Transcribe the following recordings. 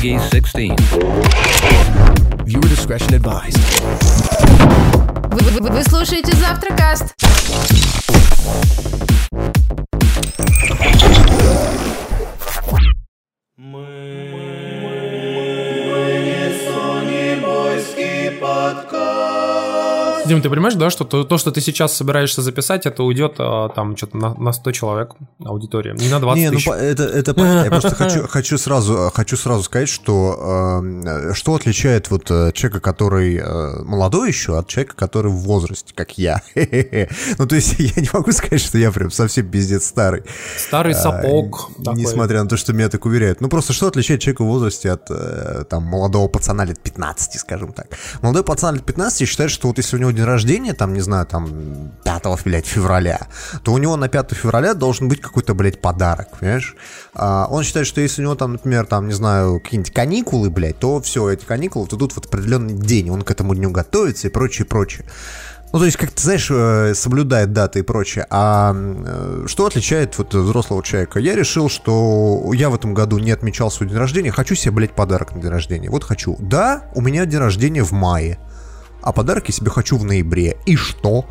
Peggy 16. Viewer discretion advised. Вы слушаете Завтракаст. Дим, ты понимаешь, да, что то, что ты сейчас собираешься записать, это уйдет там что-то на 100 человек аудитории, не на 20 тысяч. Это понятно. Я просто хочу сразу сказать, что отличает вот человека, который молодой еще, от человека, который в возрасте, как я. Ну, то есть я не могу сказать, что я прям совсем пиздец старый. Старый сапог. Несмотря на то, что меня так уверяют. Ну, просто что отличает человека в возрасте от там молодого пацана лет 15, скажем так. Молодой пацан лет 15 считает, что вот если у него день рождения, там, не знаю, там, 5, блядь, февраля, то у него на 5 февраля должен быть какой-то, блядь, подарок, понимаешь? Он считает, что если у него там, например, там, не знаю, какие-нибудь каникулы, блядь, то все, эти каникулы идут в определенный день, он к этому дню готовится и прочее, прочее. Ну, то есть, как ты знаешь, соблюдает даты и прочее. А что отличает вот взрослого человека? Я решил, что я в этом году не отмечал свой день рождения, хочу себе, блядь, подарок на день рождения. Вот хочу. Да, у меня день рождения в мае. А подарок я себе хочу в ноябре. И что?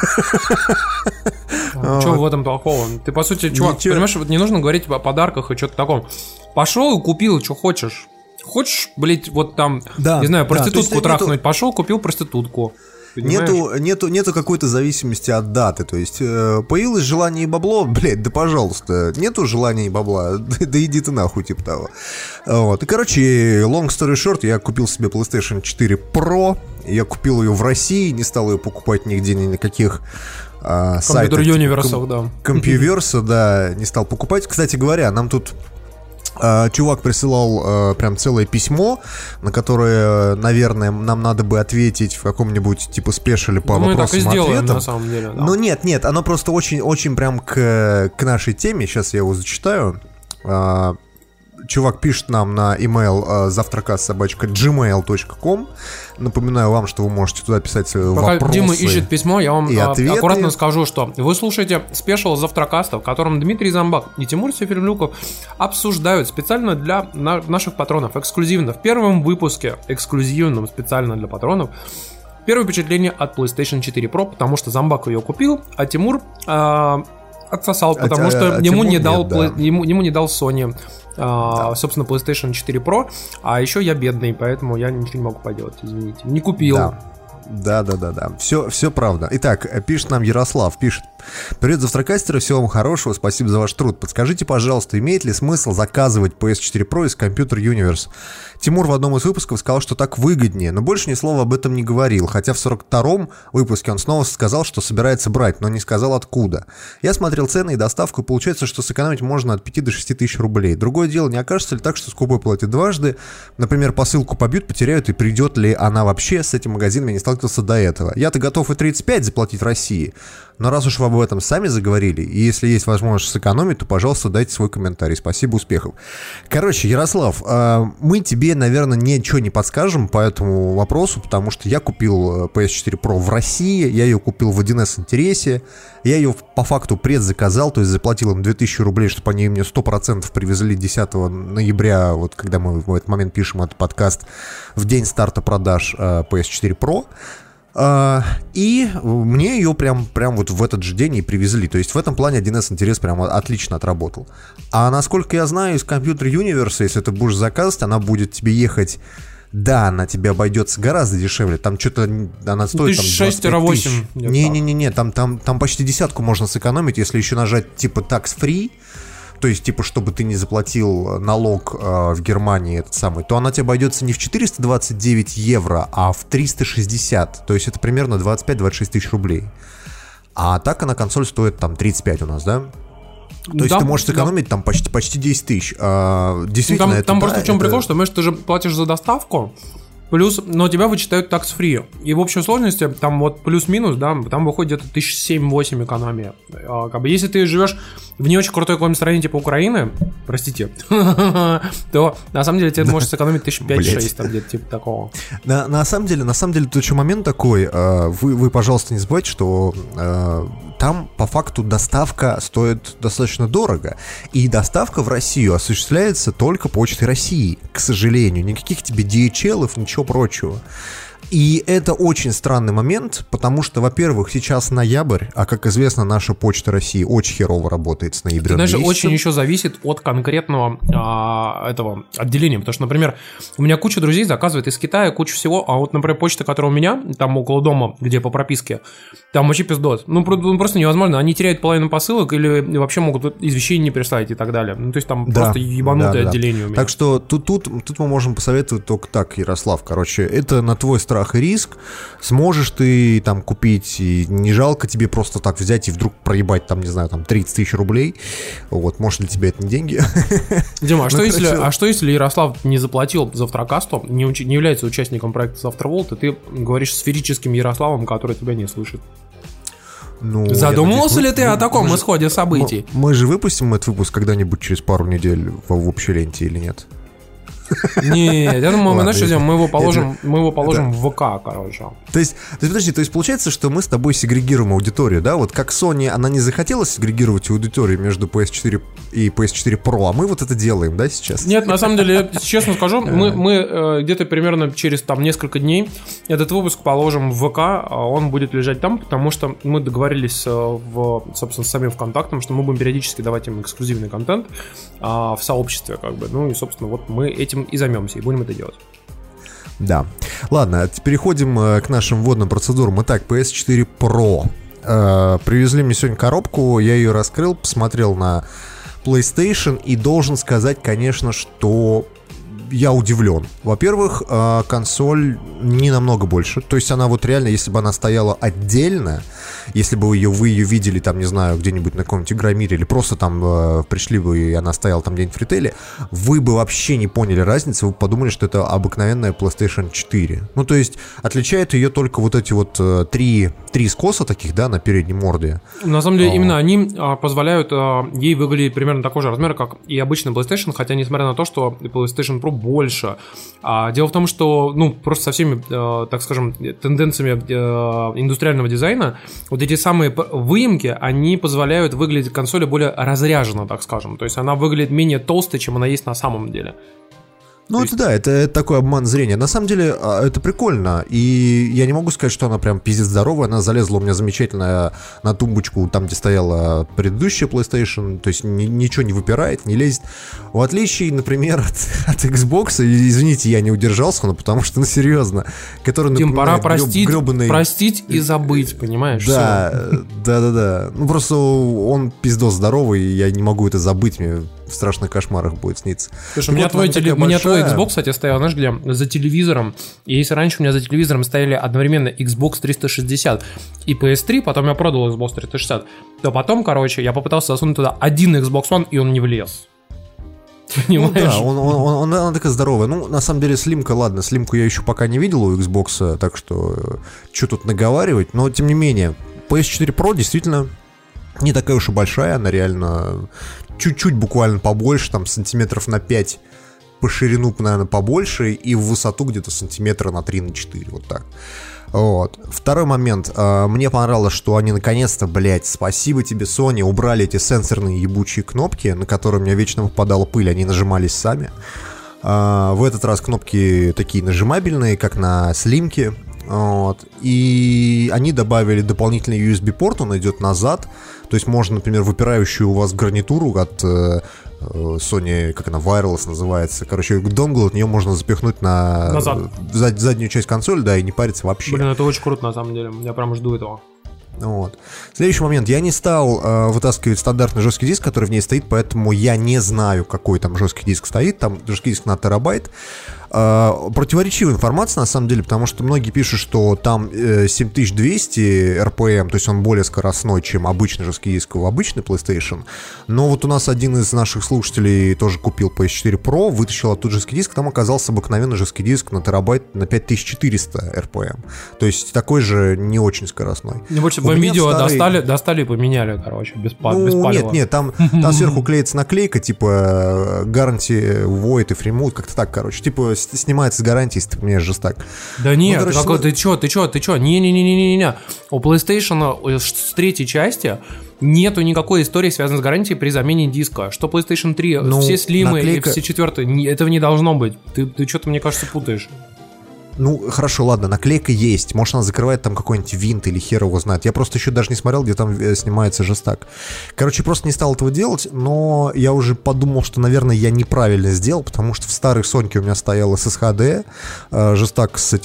Что в этом такого? Ты, по сути, чувак, понимаешь, вот не нужно говорить о подарках и что-то таком. Пошел и купил, что хочешь. Хочешь, блядь, вот там, не знаю, проститутку трахнуть. Пошел, купил проститутку. Нету какой-то зависимости от даты. То есть появилось желание и бабло, блядь, да пожалуйста. Нету желания и бабла, да иди ты нахуй, типа того. Вот. И, короче, long story short, я купил себе PlayStation 4 Pro. Я купил ее в России, не стал ее покупать нигде, ни на каких сайтах. Компьютер-юниверсах, да. Компьюверса, да, не стал покупать. Кстати говоря, нам тут чувак присылал прям целое письмо, на которое, наверное, нам надо бы ответить в каком-нибудь типа спешале по вопросам-ответам. Мы так и сделаем, на самом деле, да. Но нет, оно просто очень прям к нашей теме. Сейчас я его зачитаю. Чувак пишет нам на email завтракаст@gmail.com. Напоминаю вам, что вы можете туда писать вопросы. Пока Дима ищет письмо, я вам аккуратно скажу, что вы слушаете спешл Завтракаста, в котором Дмитрий Зомбак и Тимур Сефермлюков обсуждают специально для наших патронов, эксклюзивно. В первом выпуске, эксклюзивном специально для патронов, первое впечатление от PlayStation 4 Pro, потому что Зомбак ее купил, а Тимур отсосал, потому что ему не дал Sony, собственно, PlayStation 4 Pro, а еще я бедный, поэтому я ничего не могу поделать, извините. Не купил. Да. Все правда. Итак, пишет нам Ярослав, пишет: привет, завтракастеры, всего вам хорошего, спасибо за ваш труд. Подскажите, пожалуйста, имеет ли смысл заказывать PS4 Pro из Computer Universe? Тимур в одном из выпусков сказал, что так выгоднее, но больше ни слова об этом не говорил, хотя в 42-м выпуске он снова сказал, что собирается брать, но не сказал откуда. Я смотрел цены и доставку, и получается, что сэкономить можно от 5 до 6 тысяч рублей. Другое дело, не окажется ли так, что скупой платит дважды? Например, посылку побьют, потеряют, и придет ли она вообще? С этим магазином я не сталкивался до этого. Я-то готов и 35 заплатить в России, но раз уж вы об этом сами заговорили, и если есть возможность сэкономить, то, пожалуйста, дайте свой комментарий. Спасибо, успехов. Короче, Ярослав, мы тебе, наверное, ничего не подскажем по этому вопросу, потому что я купил PS4 Pro в России, я ее купил в 1С интересе, я ее по факту предзаказал, то есть заплатил им 2000 рублей, чтобы они мне 100% привезли 10 ноября, вот когда мы в этот момент пишем этот подкаст, в день старта продаж PS4 Pro. И мне ее прям вот в этот же день и привезли. То есть в этом плане 1С интерес прям отлично отработал. А насколько я знаю, из Computer Universe, если ты будешь заказывать, она будет тебе ехать. Да, она тебе обойдется гораздо дешевле. Там что-то она стоит 1006-8. Не-не-не, там почти десятку можно сэкономить, если еще нажать типа tax-free. То есть, типа, чтобы ты не заплатил налог в Германии этот самый, то она тебе обойдется не в 429 евро, а в 360. То есть это примерно 25-26 тысяч рублей. А так она консоль стоит там 35 у нас, да? То есть ты можешь сэкономить там почти 10 тысяч. Действительно, там просто в чем прикол, что ты же платишь за доставку, плюс, но тебя вычитают tax-free. И в общей сложности, там вот плюс-минус, да, там выходит где-то 1007-8 экономия. Как бы, если ты живешь в не очень крутой какой-нибудь стране типа Украины, простите, то на самом деле тебе может сэкономить 5-6 там где-то типа такого. На самом деле, тут еще момент такой, вы, пожалуйста, не забывайте, что там по факту доставка стоит достаточно дорого, и доставка в Россию осуществляется только Почтой России, к сожалению, никаких тебе DHL-ов, ничего прочего. И это очень странный момент, потому что, во-первых, сейчас ноябрь, а, как известно, наша Почта России очень херово работает с ноября. Знаешь, очень еще зависит от конкретного этого отделения, потому что, например, у меня куча друзей заказывает из Китая кучу всего, а вот, например, почта, которая у меня, там около дома, где по прописке, там вообще пиздос. Ну, просто невозможно, они теряют половину посылок или вообще могут извещения не прислать и так далее. Ну, то есть там просто ебанутое отделение у меня. Так что тут мы можем посоветовать только так, Ярослав, короче, это на твой страх и риск, сможешь ты там купить, и не жалко тебе просто так взять и вдруг проебать там, не знаю, там 30 тысяч рублей, вот, может для тебя это не деньги? Дима, а что если Ярослав не заплатил Завтракасту, не является участником проекта Завтраволт, и ты говоришь сферическим Ярославом, который тебя не слышит? Ну, задумывался ли ты о таком исходе событий? Мы же выпустим этот выпуск когда-нибудь через пару недель в общей ленте или нет? Нет, я думаю, мы его положим в ВК, короче. То есть, подожди, получается, что мы с тобой сегрегируем аудиторию, да? Вот как Sony, она не захотела сегрегировать аудиторию между PS4 и PS4 Pro, а мы вот это делаем, да, сейчас? Нет, на самом деле, честно скажу, мы где-то примерно через там несколько дней этот выпуск положим в ВК, он будет лежать там, потому что мы договорились собственно, с самим ВКонтактом, что мы будем периодически давать им эксклюзивный контент в сообществе, как бы. Ну и, собственно, вот мы этим и займемся, и будем это делать. Да. Ладно, переходим к нашим вводным процедурам. Итак, PS4 Pro. Привезли мне сегодня коробку, я ее раскрыл, посмотрел на PlayStation и должен сказать, конечно, что я удивлен. Во-первых, консоль не намного больше. То есть она вот реально, если бы она стояла отдельно, если бы вы ее видели там, не знаю, где-нибудь на каком-нибудь Игромире или просто там пришли бы и она стояла там где-нибудь в ритейле, вы бы вообще не поняли разницы, вы подумали, что это обыкновенная PlayStation 4. Ну, то есть отличает ее только вот эти вот три скоса таких, да, на передней морде. На самом деле, именно они позволяют ей выглядеть примерно такого же размера, как и обычный PlayStation, хотя несмотря на то, что PlayStation Pro больше. Дело в том, что, ну, просто со всеми, так скажем, тенденциями индустриального дизайна, вот эти самые выемки, они позволяют выглядеть консоли более разряженно, так скажем. То есть она выглядит менее толстой, чем она есть на самом деле. Ну, это да, это такой обман зрения. На самом деле, это прикольно. И я не могу сказать, что она прям пиздец здоровая. Она залезла у меня замечательно на тумбочку, там, где стояла предыдущая PlayStation. То есть ничего не выпирает, не лезет. В отличие, например, от Xbox, извините, я не удержался, но потому что, ну, серьезно, который Тим, пора гребаный... простить и забыть, понимаешь? Да. Ну, просто он пиздос здоровый, и я не могу это забыть, мне в страшных кошмарах будет сниться. Слушай, у меня твой Xbox, кстати, стоял, знаешь, где? За телевизором. И если раньше у меня за телевизором стояли одновременно Xbox 360 и PS3, потом я продал Xbox 360, то потом, короче, я попытался засунуть туда один Xbox One, и он не влез. Ну да, он такая здоровая. Ну, на самом деле, слимка, ладно, слимку я еще пока не видел у Xbox, так что что тут наговаривать, но тем не менее, PS4 Pro действительно не такая уж и большая, она реально чуть-чуть буквально побольше, там сантиметров на 5 по ширину, наверное, побольше, и в высоту где-то сантиметра на 3-4, вот так. Вот. Второй момент. Мне понравилось, что они наконец-то, блять, спасибо тебе, Sony, убрали эти сенсорные ебучие кнопки, на которые у меня вечно выпадала пыль, они нажимались сами. В этот раз кнопки такие нажимабельные, как на слимке. Вот. И они добавили дополнительный USB-порт, он идет назад. То есть можно, например, выпирающую у вас гарнитуру от Sony, как она, Wireless называется. Короче, донгл, от нее можно запихнуть на заднюю часть консоли, да, и не париться вообще. Блин, это очень круто на самом деле. Я прям жду этого. Вот. Следующий момент. Я не стал вытаскивать стандартный жесткий диск, который в ней стоит, поэтому я не знаю, какой там жесткий диск стоит. Там жесткий диск на терабайт. противоречивая информация, на самом деле, потому что многие пишут, что там 7200 RPM, то есть он более скоростной, чем обычный жесткий диск в обычный PlayStation. Но вот у нас один из наших слушателей тоже купил PS4 Pro, вытащил оттуда жесткий диск, там оказался обыкновенный жесткий диск на терабайт на 5400 RPM. То есть такой же не очень скоростной. В общем, в видео достали и поменяли, короче, без палева. Нет, там сверху клеится наклейка, типа Guarantee Void и Freemode, как-то так, короче. Типа снимается с гарантии, если ты поменяешь жестак. Да нет, ты чё? Не-не-не-не-не. У PlayStation с третьей части нету никакой истории, связанной с гарантией при замене диска. Что PlayStation 3, все слимы и все четвертые, этого не должно быть. Ты что-то, мне кажется, путаешь. Ну, хорошо, ладно, наклейка есть. Может, она закрывает там какой-нибудь винт или хер его знает. Я просто еще даже не смотрел, где там снимается жестак. Короче, просто не стал этого делать, но я уже подумал, что, наверное, я неправильно сделал, потому что в старой Соньке у меня стоял SSHD, жестак с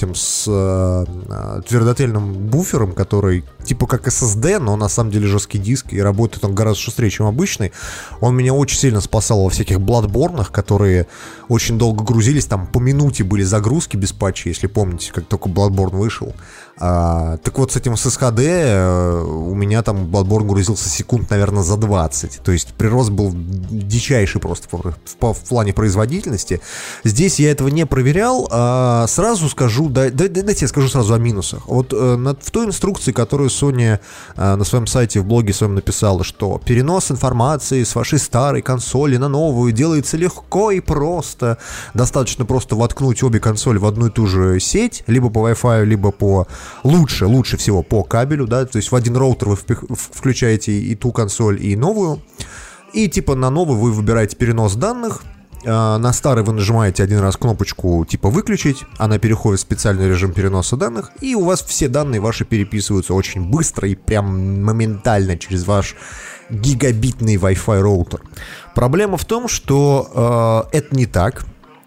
твердотельным буфером, который типа как SSD, но на самом деле жесткий диск, и работает он гораздо шустрее, чем обычный. Он меня очень сильно спасал во всяких Bloodborne'ах, которые очень долго грузились, там по минуте были загрузки без патча, если помните, как только Bloodborne вышел. Так вот, с этим SSHD у меня там Bloodborne грузился секунд, наверное, за 20. То есть прирост был дичайший просто в плане производительности. Здесь я этого не проверял. Сразу скажу, дайте я скажу сразу о минусах. Вот в той инструкции, которую Sony на своем сайте в блоге своем написала, что перенос информации с вашей старой консоли на новую делается легко и просто. Достаточно просто воткнуть обе консоли в одну и ту же сеть, либо по Wi-Fi, либо по лучше всего по кабелю, да, то есть в один роутер вы включаете и ту консоль, и новую, и типа на новую вы выбираете перенос данных, на старый вы нажимаете один раз кнопочку типа выключить, она переходит в специальный режим переноса данных, и у вас все данные ваши переписываются очень быстро и прям моментально через ваш гигабитный Wi-Fi роутер. Проблема в том, что это не так.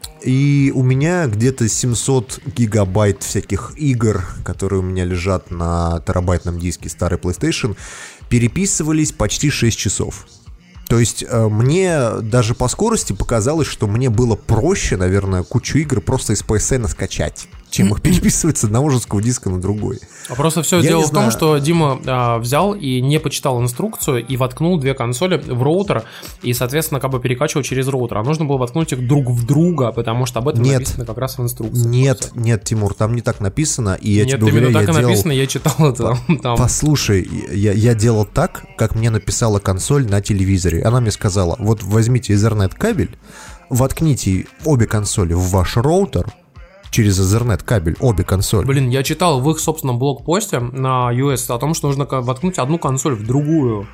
И у меня где-то 700 гигабайт всяких игр, которые у меня лежат на терабайтном диске старой PlayStation, переписывались почти 6 часов. То есть мне даже по скорости показалось, что мне было проще, наверное, кучу игр просто из PSN скачать, чем их переписывать с одного жесткого диска на другой. А просто все дело в том, что Дима взял и не почитал инструкцию и воткнул две консоли в роутер и, соответственно, как бы перекачивал через роутер. А нужно было воткнуть их друг в друга, потому что об этом написано как раз в инструкции. Нет, Тимур, там не так написано. И я тебе уверяю, именно так и написано, я читал это. Послушай, я делал так, как мне написала консоль на телевизоре. Она мне сказала, вот возьмите Ethernet кабель, воткните обе консоли в ваш роутер, через Ethernet кабель, обе консоли. Блин, я читал в их собственном блог-посте на US о том, что нужно воткнуть одну консоль в другую.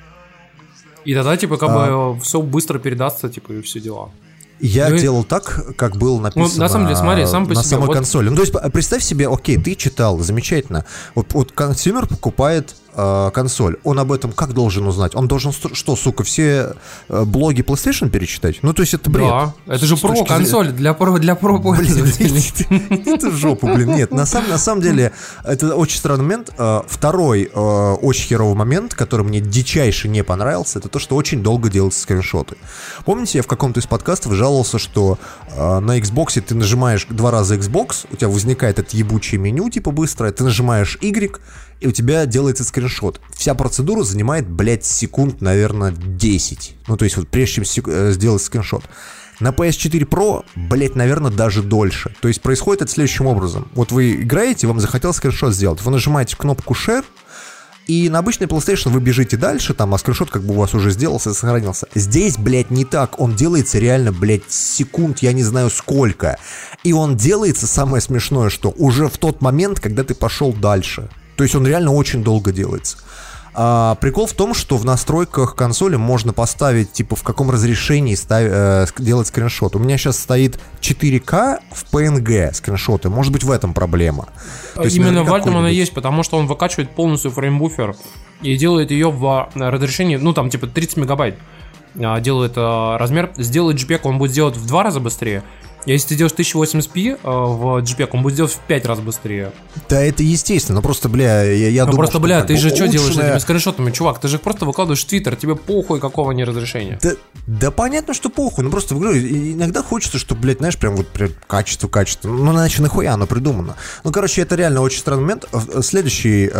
И тогда, типа, как бы все быстро передастся, типа, и все дела. Я делал так, как было написано на самом деле, смотри, сам по на себе, самой консоли. Ну, то есть, представь себе, окей, ты читал, замечательно. Вот консюмер покупает консоль. Он об этом как должен узнать? Он должен, что, сука, все блоги PlayStation перечитать? Ну, то есть, это бред. Да, это же про-консоль для про-пользователей. Это в жопу, блин. Нет, на самом деле, это очень странный момент. Второй очень херовый момент, который мне дичайше не понравился, это то, что очень долго делаются скриншоты. Помните, я в каком-то из подкастов жаловался, что на Xbox ты нажимаешь 2 раза Xbox, у тебя возникает это ебучее меню, типа быстрое, ты нажимаешь Y, и у тебя делается скриншот. Вся процедура занимает, блядь, секунд, наверное, 10. Ну, то есть, вот прежде чем сделать скриншот. На PS4 Pro, блядь, наверное, даже дольше. То есть, происходит это следующим образом. Вот вы играете, вам захотелось скриншот сделать. Вы нажимаете кнопку Share, и на обычной PlayStation вы бежите дальше, там, а скриншот как бы у вас уже сделался и сохранился. Здесь, блядь, не так. Он делается реально, блядь, секунд, я не знаю сколько. И он делается, самое смешное, что уже в тот момент, когда ты пошел дальше. То есть он реально очень долго делается. Прикол в том, что в настройках консоли можно поставить, типа, в каком разрешении делать скриншот. У меня сейчас стоит 4К в PNG скриншоты. Может быть, в этом проблема. Именно в этом она есть, потому что он выкачивает полностью фреймбуфер и делает ее в разрешении, ну, там, типа, 30 мегабайт. Делает размер. Сделать JPEG он будет делать в 2 раза быстрее. Если ты делаешь 1080p в JPEG, он будет делать в 5 раз быстрее. Да, это естественно, но просто, бля, я думаю, просто, бля, ты же что делаешь с этими скриншотами, чувак? Ты же их просто выкладываешь в Твиттер, тебе похуй, какого они разрешения. Да понятно, что похуй, но просто, говорю, иногда хочется, чтобы, блядь, знаешь, прям вот прям качество, ну, иначе нахуя оно придумано. Ну, короче, это реально очень странный момент. Следующий,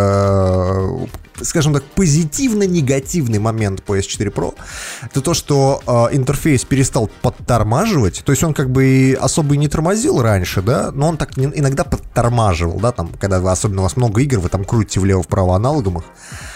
скажем так, позитивно-негативный момент PS4 Pro — это то, что интерфейс перестал подтормаживать, то есть он как бы особо и не тормозил раньше, да, но он так иногда подтормаживал, да, там, когда особенно у вас много игр, вы там крутите влево-вправо аналогом их.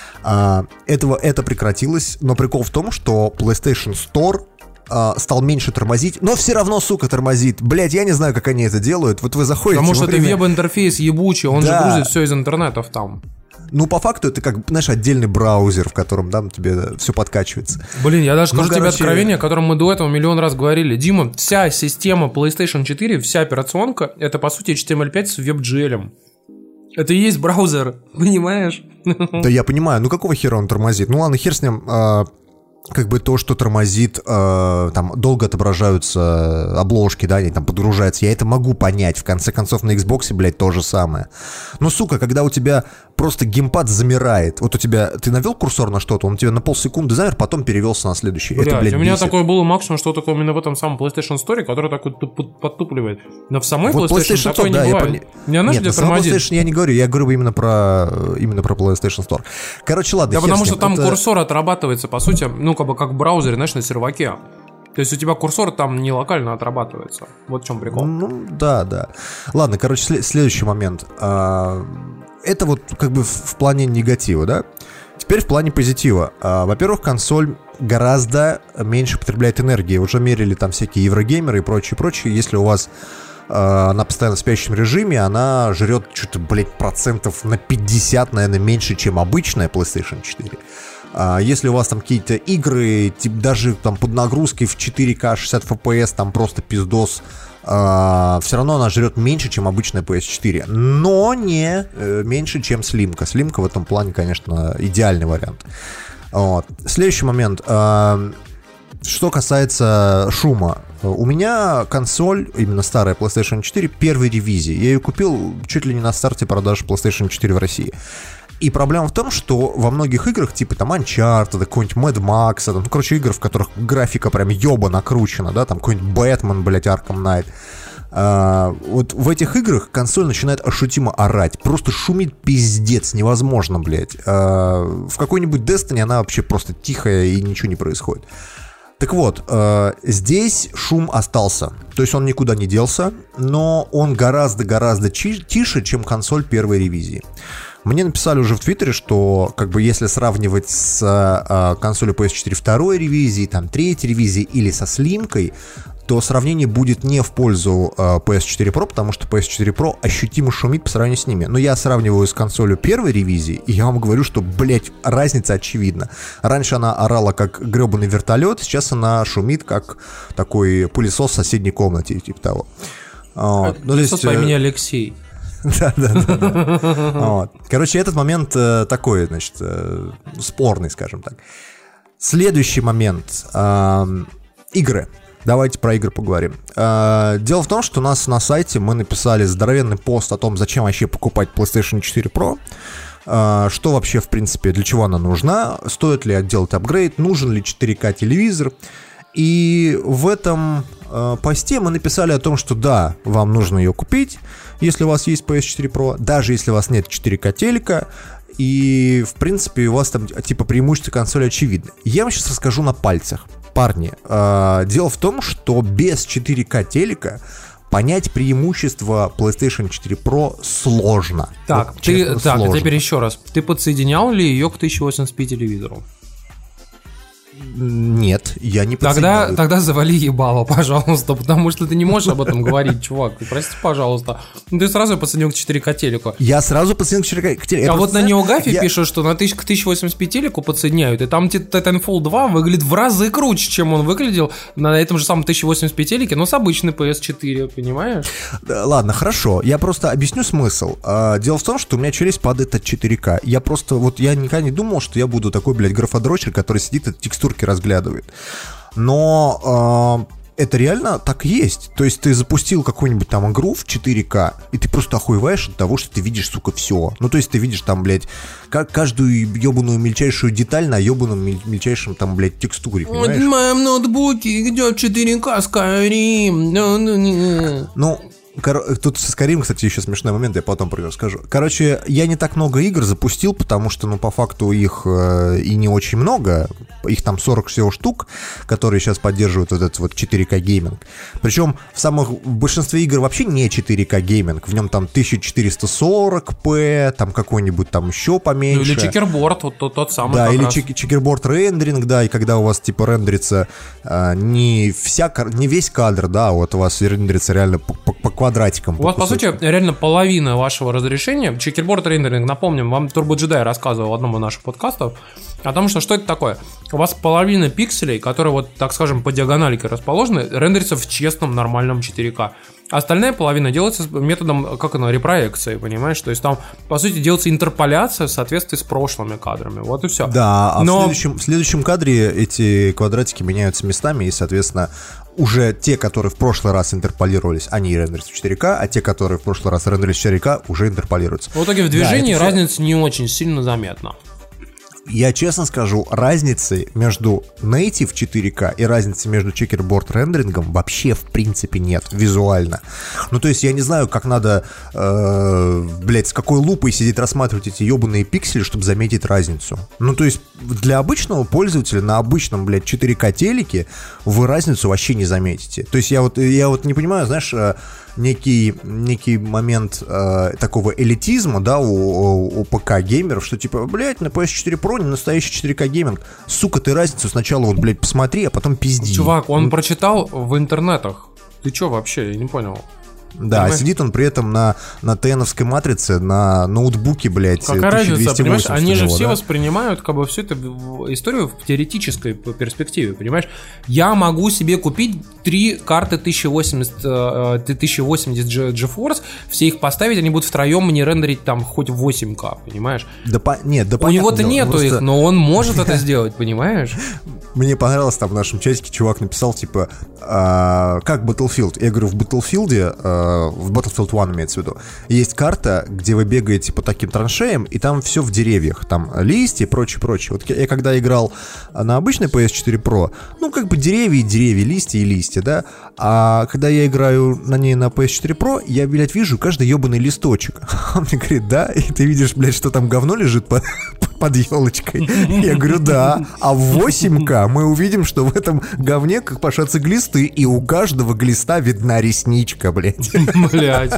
Это прекратилось, но прикол в том, что PlayStation Store стал меньше тормозить, но все равно, сука, тормозит. Блять, я не знаю, как они это делают. Вот вы заходите... Потому что это веб-интерфейс ебучий, он же грузит все из интернетов там. Ну, по факту, это как, знаешь, отдельный браузер, в котором там тебе все подкачивается. Блин, я даже скажу тебе откровение, о котором мы до этого миллион раз говорили. Дима, вся система PlayStation 4, вся операционка, это, по сути, HTML5 с WebGL. Это и есть браузер, понимаешь? Да я понимаю, ну какого хера он тормозит? Ну ладно, хер с ним... Как бы то, что тормозит, там долго отображаются обложки, да, они там подгружаются, я это могу понять. В конце концов, на Xbox, блядь, то же самое. Но, сука, когда у тебя просто геймпад замирает, вот у тебя, ты навел курсор на что-то, он у тебя на полсекунды замер, потом перевелся на следующий. Блядь, это, блядь, у меня бесит. такое было максимум, что такое именно в этом самом PlayStation Store, который такой подтупливает. Но в самой вот PlayStation такое не бывает. Нет, на самом PlayStation я не говорю, я говорю именно про PlayStation Store. Короче, ладно. Да, потому что там курсор отрабатывается, по сути, ну, как в браузере, знаешь, на серваке. То есть у тебя курсор там не локально отрабатывается. Вот в чем прикол. Ну, да. Ладно, короче, следующий момент. Это вот как бы в плане негатива, да? Теперь в плане позитива. Во-первых, консоль гораздо меньше потребляет энергии. Уже мерили там всякие еврогеймеры и прочее. Если у вас она постоянно в спящем режиме, она жрет что-то, блядь, процентов на 50, наверное, меньше, чем обычная PlayStation 4. Если у вас там какие-то игры, типа, даже там под нагрузкой в 4К 60 FPS, там просто пиздос, все равно она жрет меньше, чем обычная PS4. Но не меньше, чем Slimка. Slimка в этом плане, конечно, идеальный вариант. Вот. Следующий момент. Что касается шума. У меня консоль, именно старая PlayStation 4, первой ревизии. Я ее купил чуть ли не на старте продаж PlayStation 4 в России. И проблема в том, что во многих играх, типа там Uncharted, какой-нибудь Mad Max, там, ну, короче, игр, в которых графика прям ёба накручена, да, там какой-нибудь Бэтмен, блядь, Arkham Knight. Вот в этих играх консоль начинает ощутимо орать. Просто шумит пиздец, невозможно, блядь. В какой-нибудь Destiny она вообще просто тихая и ничего не происходит. Так вот, здесь шум остался. То есть он никуда не делся, но он гораздо-гораздо тише, чем консоль первой ревизии. Мне написали уже в Твиттере, что как бы если сравнивать с консолью PS4 второй ревизии, там третьей ревизии или со Slimкой, то сравнение будет не в пользу PS4 Pro, потому что PS4 Pro ощутимо шумит по сравнению с ними. Но я сравниваю с консолью первой ревизии, и я вам говорю, что, блять, разница очевидна. Раньше она орала как гребаный вертолет, сейчас она шумит как такой пылесос в соседней комнате, типа того. Пылесос по имени Алексей. Да. Вот. Короче, этот момент такой, значит, спорный, скажем так. Следующий момент. Игры. Давайте про игры поговорим. Дело в том, что у нас на сайте мы написали здоровенный пост о том, зачем вообще покупать PlayStation 4 Pro. Что вообще, в принципе, для чего она нужна, стоит ли делать апгрейд, нужен ли 4К телевизор. И в этом посте мы написали о том, что да, вам нужно ее купить, если у вас есть PS4 Pro, даже если у вас нет 4К телека, и, в принципе, у вас там, типа, преимущества консоли очевидны. Я вам сейчас расскажу на пальцах. Парни, дело в том, что без 4К телека понять преимущество PlayStation 4 Pro сложно. Так, вот, честно, сложно. Теперь еще раз. Ты подсоединял ли ее к 1080p телевизору? Нет, я не подсоединял. Тогда завали ебало, пожалуйста, потому что ты не можешь об этом говорить, чувак. Прости, пожалуйста. Ты сразу подсоединил к 4К телеку. Я сразу подсоединил к 4К телеку. А вот на NeoGAF пишут, что к 1080p телеку подсоединяют, и там Titanfall 2 выглядит в разы круче, чем он выглядел на этом же самом 1080p телеке, но с обычной PS4, понимаешь? Да, ладно, хорошо. Я просто объясню смысл. Дело в том, что у меня челюсть падает от 4К. Я никогда не думал, что я буду такой, блядь, графодрочер, который сидит и текстурки разглядывает. Но это реально так есть. То есть ты запустил какую-нибудь там игру в 4К, и ты просто охуеваешь от того, что ты видишь, сука, все. Ну, то есть ты видишь там, блядь, каждую ебаную мельчайшую деталь на ебаном мельчайшем там, блядь, текстуре, понимаешь? Вот в моем ноутбуке идет 4К Skyrim. Ну, тут со Skyrim, кстати, еще смешной момент, я потом про него скажу. Короче, я не так много игр запустил, потому что, ну, по факту их и не очень много. Их там 40 всего штук, которые сейчас поддерживают вот этот вот 4К гейминг. Причем в большинстве игр вообще не 4К гейминг. В нем там 1440p, там какой-нибудь там еще поменьше. Ну, или чекерборд, вот тот самый. Да, или чекерборд рендеринг, да, и когда у вас типа рендерится не весь кадр, да, вот у вас рендерится реально по квадратикам. У вас, по сути, реально половина вашего разрешения. Чекерборд рендеринг, напомним, вам Turbo Jedi рассказывал в одном из наших подкастов о том, что это такое. У вас половина пикселей, которые вот, так скажем, по диагоналике расположены, рендерится в честном нормальном 4К. Остальная половина делается методом, репроекции, понимаешь? То есть там, по сути, делается интерполяция в соответствии с прошлыми кадрами. Вот и все. Да, в следующем кадре эти квадратики меняются местами, и, соответственно, уже те, которые в прошлый раз интерполировались, они рендерятся в 4К, а те, которые в прошлый раз рендерились в 4К, уже интерполируются. В итоге в движении разница не очень сильно заметна. Я честно скажу, разницы между Native 4К и разницы между чекерборд рендерингом вообще в принципе нет визуально. Ну то есть я не знаю, как надо, с какой лупой сидеть рассматривать эти ебаные пиксели, чтобы заметить разницу. Ну то есть для обычного пользователя на обычном, 4К телеке вы разницу вообще не заметите. То есть я вот не понимаю, знаешь, некий момент такого элитизма, да, у ПК-геймеров, что типа, на PS4 Pro не настоящий 4К гейминг. Сука, ты разницу сначала посмотри, а потом пизди. Чувак, он прочитал в интернетах. Ты чё вообще? Я не понял. Да, понимаешь? Сидит он при этом на ТНовской матрице, на ноутбуке, Какая разница, понимаешь? Они же все воспринимают всю эту историю в теоретической перспективе, понимаешь? Я могу себе купить 3 карты 1080 GeForce, все их поставить, они будут втроем мне рендерить там хоть 8К, понимаешь? У него-то нету их, но он может это сделать, понимаешь? Мне понравилось, там в нашем чатике чувак написал, типа, как Battlefield? Я говорю, в Battlefield, в Battlefield 1 имеется в виду, есть карта, где вы бегаете по таким траншеям, и там все в деревьях, там листья и прочее. Вот я когда играл на обычной PS4 Pro, деревья и деревья, листья и листья, да, а когда я играю на ней на PS4 Pro, я, вижу каждый ебаный листочек. Он мне говорит, да, и ты видишь, что там говно лежит под елочкой. Я говорю, да, а в 8К мы увидим, что в этом говне как пошатся глисты, и у каждого глиста видна ресничка, блядь. Блядь.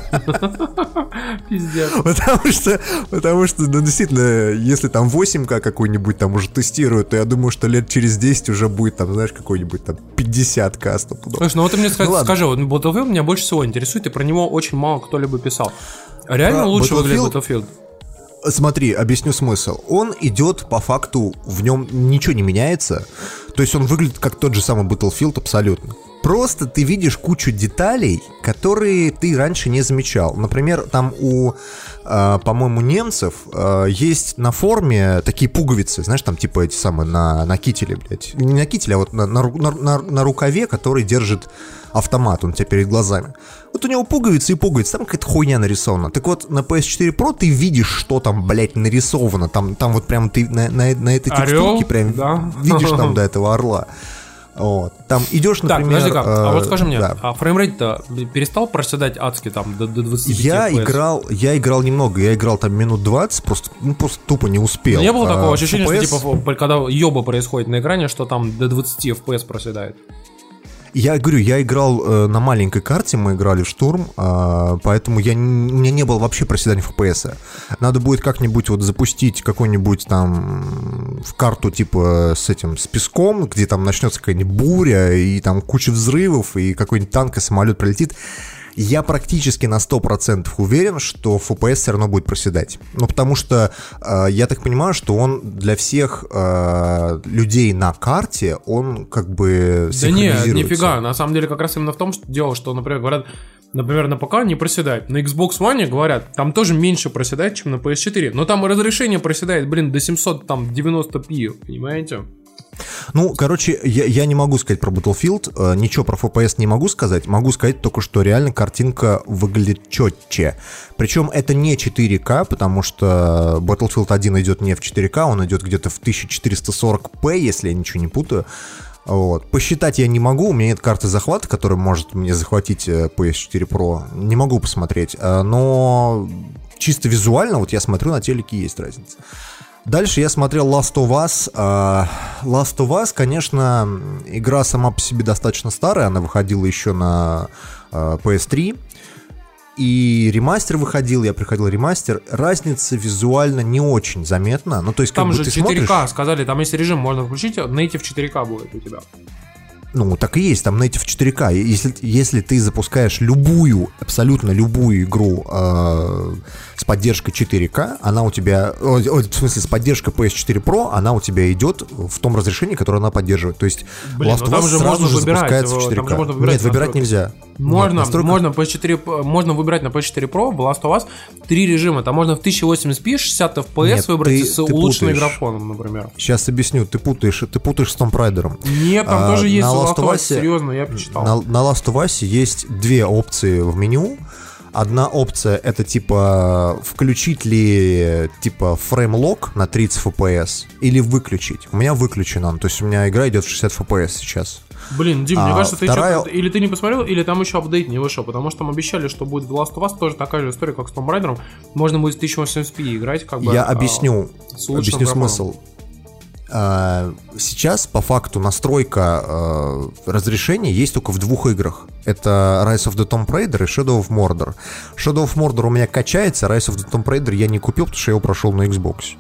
Пиздец. Потому что, действительно, если там 8К какой-нибудь там уже тестируют, то я думаю, что лет через 10 уже будет там, знаешь, какой-нибудь там 50К стопудово. Слушай, вот ты мне скажи, вот Battlefield меня больше всего интересует, и про него очень мало кто-либо писал. Реально лучше выглядит Battlefield? Смотри, объясню смысл. Он идет по факту, в нем ничего не меняется. То есть он выглядит как тот же самый Battlefield абсолютно. Просто ты видишь кучу деталей, которые ты раньше не замечал. Например, там у, по-моему, немцев есть на форме такие пуговицы, знаешь, там типа эти самые на кителе, блядь. Не на кителе, а вот на рукаве, который держит автомат, он у тебя перед глазами. Вот у него пуговицы и пуговицы, там какая-то хуйня нарисована. Так вот, на PS4 Pro ты видишь, что там, блядь, нарисовано. Там вот прям ты на этой текстурке прям видишь там до этого орла. Вот. Там идешь, например... Так, подожди-ка, а вот скажи мне, а фреймрейт-то перестал проседать адски там до 25 FPS? Я играл немного, я играл там минут 20, просто тупо не успел. Не было такого ощущения, FPS... что типа, когда ёба происходит на экране, что там до 20 FPS проседает? Я говорю, я играл на маленькой карте, мы играли в штурм, поэтому у меня не было вообще проседания FPS. Надо будет как-нибудь вот запустить какой-нибудь там в карту типа с песком, где там начнется какая-нибудь буря, и там куча взрывов, и какой-нибудь танк и самолет пролетит. Я практически на 100% уверен, что FPS все равно будет проседать. Ну, потому что я так понимаю, что он для всех людей на карте, он как бы синхронизируется. Да нет, нифига. На самом деле как раз именно в том, что дело, что, например, говорят, на ПК не проседает. На Xbox One говорят, там тоже меньше проседает, чем на PS4. Но там и разрешение проседает, до 790p, понимаете? Ну, короче, я не могу сказать про Battlefield, ничего про FPS не могу сказать только, что реально картинка выглядит четче. Причем это не 4К, потому что Battlefield 1 идет не в 4К, он идет где-то в 1440p, если я ничего не путаю. Вот. Посчитать я не могу, у меня нет карты захвата, которая может мне захватить PS4 Pro, не могу посмотреть, но чисто визуально, вот я смотрю, на телеке есть разница. Дальше я смотрел Last of Us. Last of Us, конечно, игра сама по себе достаточно старая, она выходила еще на PS3, и ремастер выходил, я приходил ремастер. Разница визуально не очень заметна. Ну, то есть, там как же бы ты 4К, смотришь... сказали, там есть режим, можно включить, Native 4К будет у тебя. Ну, так и есть, там Native 4K. Если ты запускаешь абсолютно любую игру с поддержкой 4К, она у тебя, в смысле, с поддержкой PS4 Pro, она у тебя идет в том разрешении, которое она поддерживает. То есть Last of Us сразу же запускается в 4К. Нет, выбирать нельзя. Можно выбирать на PS4 Pro в Last of Us 3 режима. Там можно в 1080p 60 FPS выбрать с улучшенным графоном, например. Сейчас объясню, ты путаешь с Tomb Raider. Нет, там тоже есть Last of Us, серьезно, я почитал. На Last of Us есть две опции в меню. Одна опция — это типа включить ли типа фреймлок на 30 FPS или выключить. У меня выключено, то есть у меня игра идет в 60 FPS сейчас. Блин, Дим, мне кажется, ты или ты не посмотрел, или там еще апдейт не вышел, потому что там обещали, что будет в Last of Us тоже такая же история, как с Tomb Raider. Можно будет в 1080p играть, как бы. Я объясню смысл. Сейчас, по факту, настройка разрешения есть только в двух играх. Это Rise of the Tomb Raider и Shadow of Mordor. Shadow of Mordor у меня качается, Rise of the Tomb Raider я не купил, потому что я его прошел на Xbox.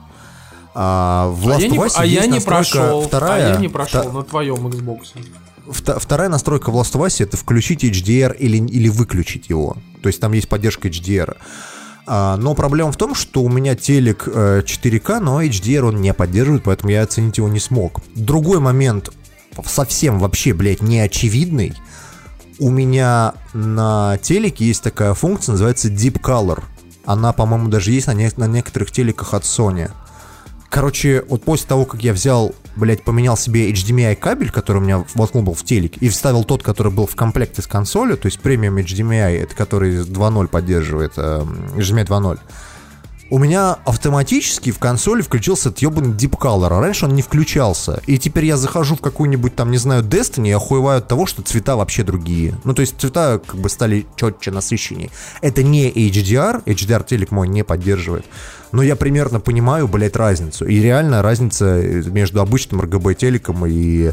В Last of Us есть настройка вторая. Я не прошел на твоем Xbox. Вторая настройка в Last of Us — это включить HDR или выключить его. То есть там есть поддержка HDR. Но проблема в том, что у меня телек 4К, но HDR он не поддерживает, поэтому я оценить его не смог. Другой момент, совсем вообще, блядь, неочевидный. У меня на телеке есть такая функция, называется Deep Color. Она, по-моему, даже есть на некоторых телеках от Sony. Короче, вот после того, как я взял, блядь, поменял себе HDMI кабель, который у меня воткнул был в телек, и вставил тот, который был в комплекте с консолью, то есть премиум HDMI, это который 2.0 поддерживает, HDMI 2.0, у меня автоматически в консоли включился этот ебаный Deep Color, а раньше он не включался. И теперь я захожу в какую-нибудь там, не знаю, Destiny и охуеваю от того, что цвета вообще другие. Ну, то есть цвета как бы стали четче, насыщеннее. Это не HDR, HDR телек мой не поддерживает. Но я примерно понимаю, блядь, разницу. И реально разница между обычным RGB телеком и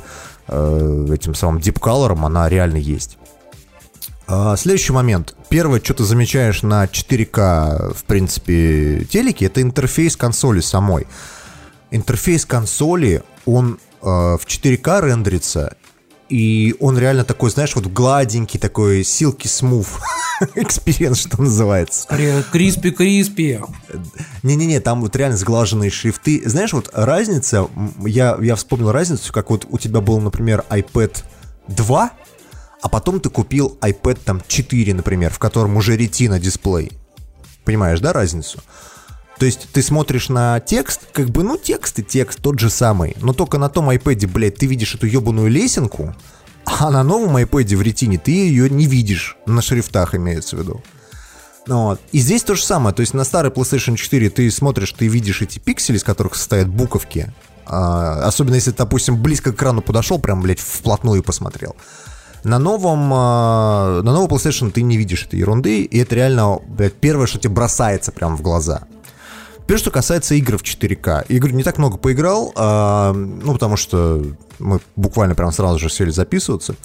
этим самым Deep Color'ом, она реально есть. Следующий момент. Первое, что ты замечаешь на 4К, в принципе, телеке, это интерфейс консоли самой. Интерфейс консоли, он в 4К рендерится, и он реально такой, знаешь, вот гладенький, такой silky smooth experience, что называется. Криспи. Не-не-не, там вот реально сглаженные шрифты. Знаешь, вот разница, я вспомнил разницу, как вот у тебя был, например, iPad 2, а потом ты купил iPad там 4, например, в котором уже Retina дисплей. Понимаешь, да, разницу? То есть ты смотришь на текст, как бы, ну, текст и текст тот же самый, но только на том iPad, блядь, ты видишь эту ебаную лесенку, а на новом iPad в Retina ты ее не видишь, на шрифтах имеется в виду. Вот. И здесь то же самое, то есть на старой PlayStation 4 ты смотришь, ты видишь эти пиксели, из которых состоят буковки, особенно если ты, допустим, близко к экрану подошел, прям, блядь, вплотную посмотрел. На новой PlayStation ты не видишь этой ерунды, и это реально, блядь, первое, что тебе бросается прям в глаза. Первое, что касается игр в 4К. Игр не так много поиграл, ну, потому что мы буквально прям сразу же сели записываться.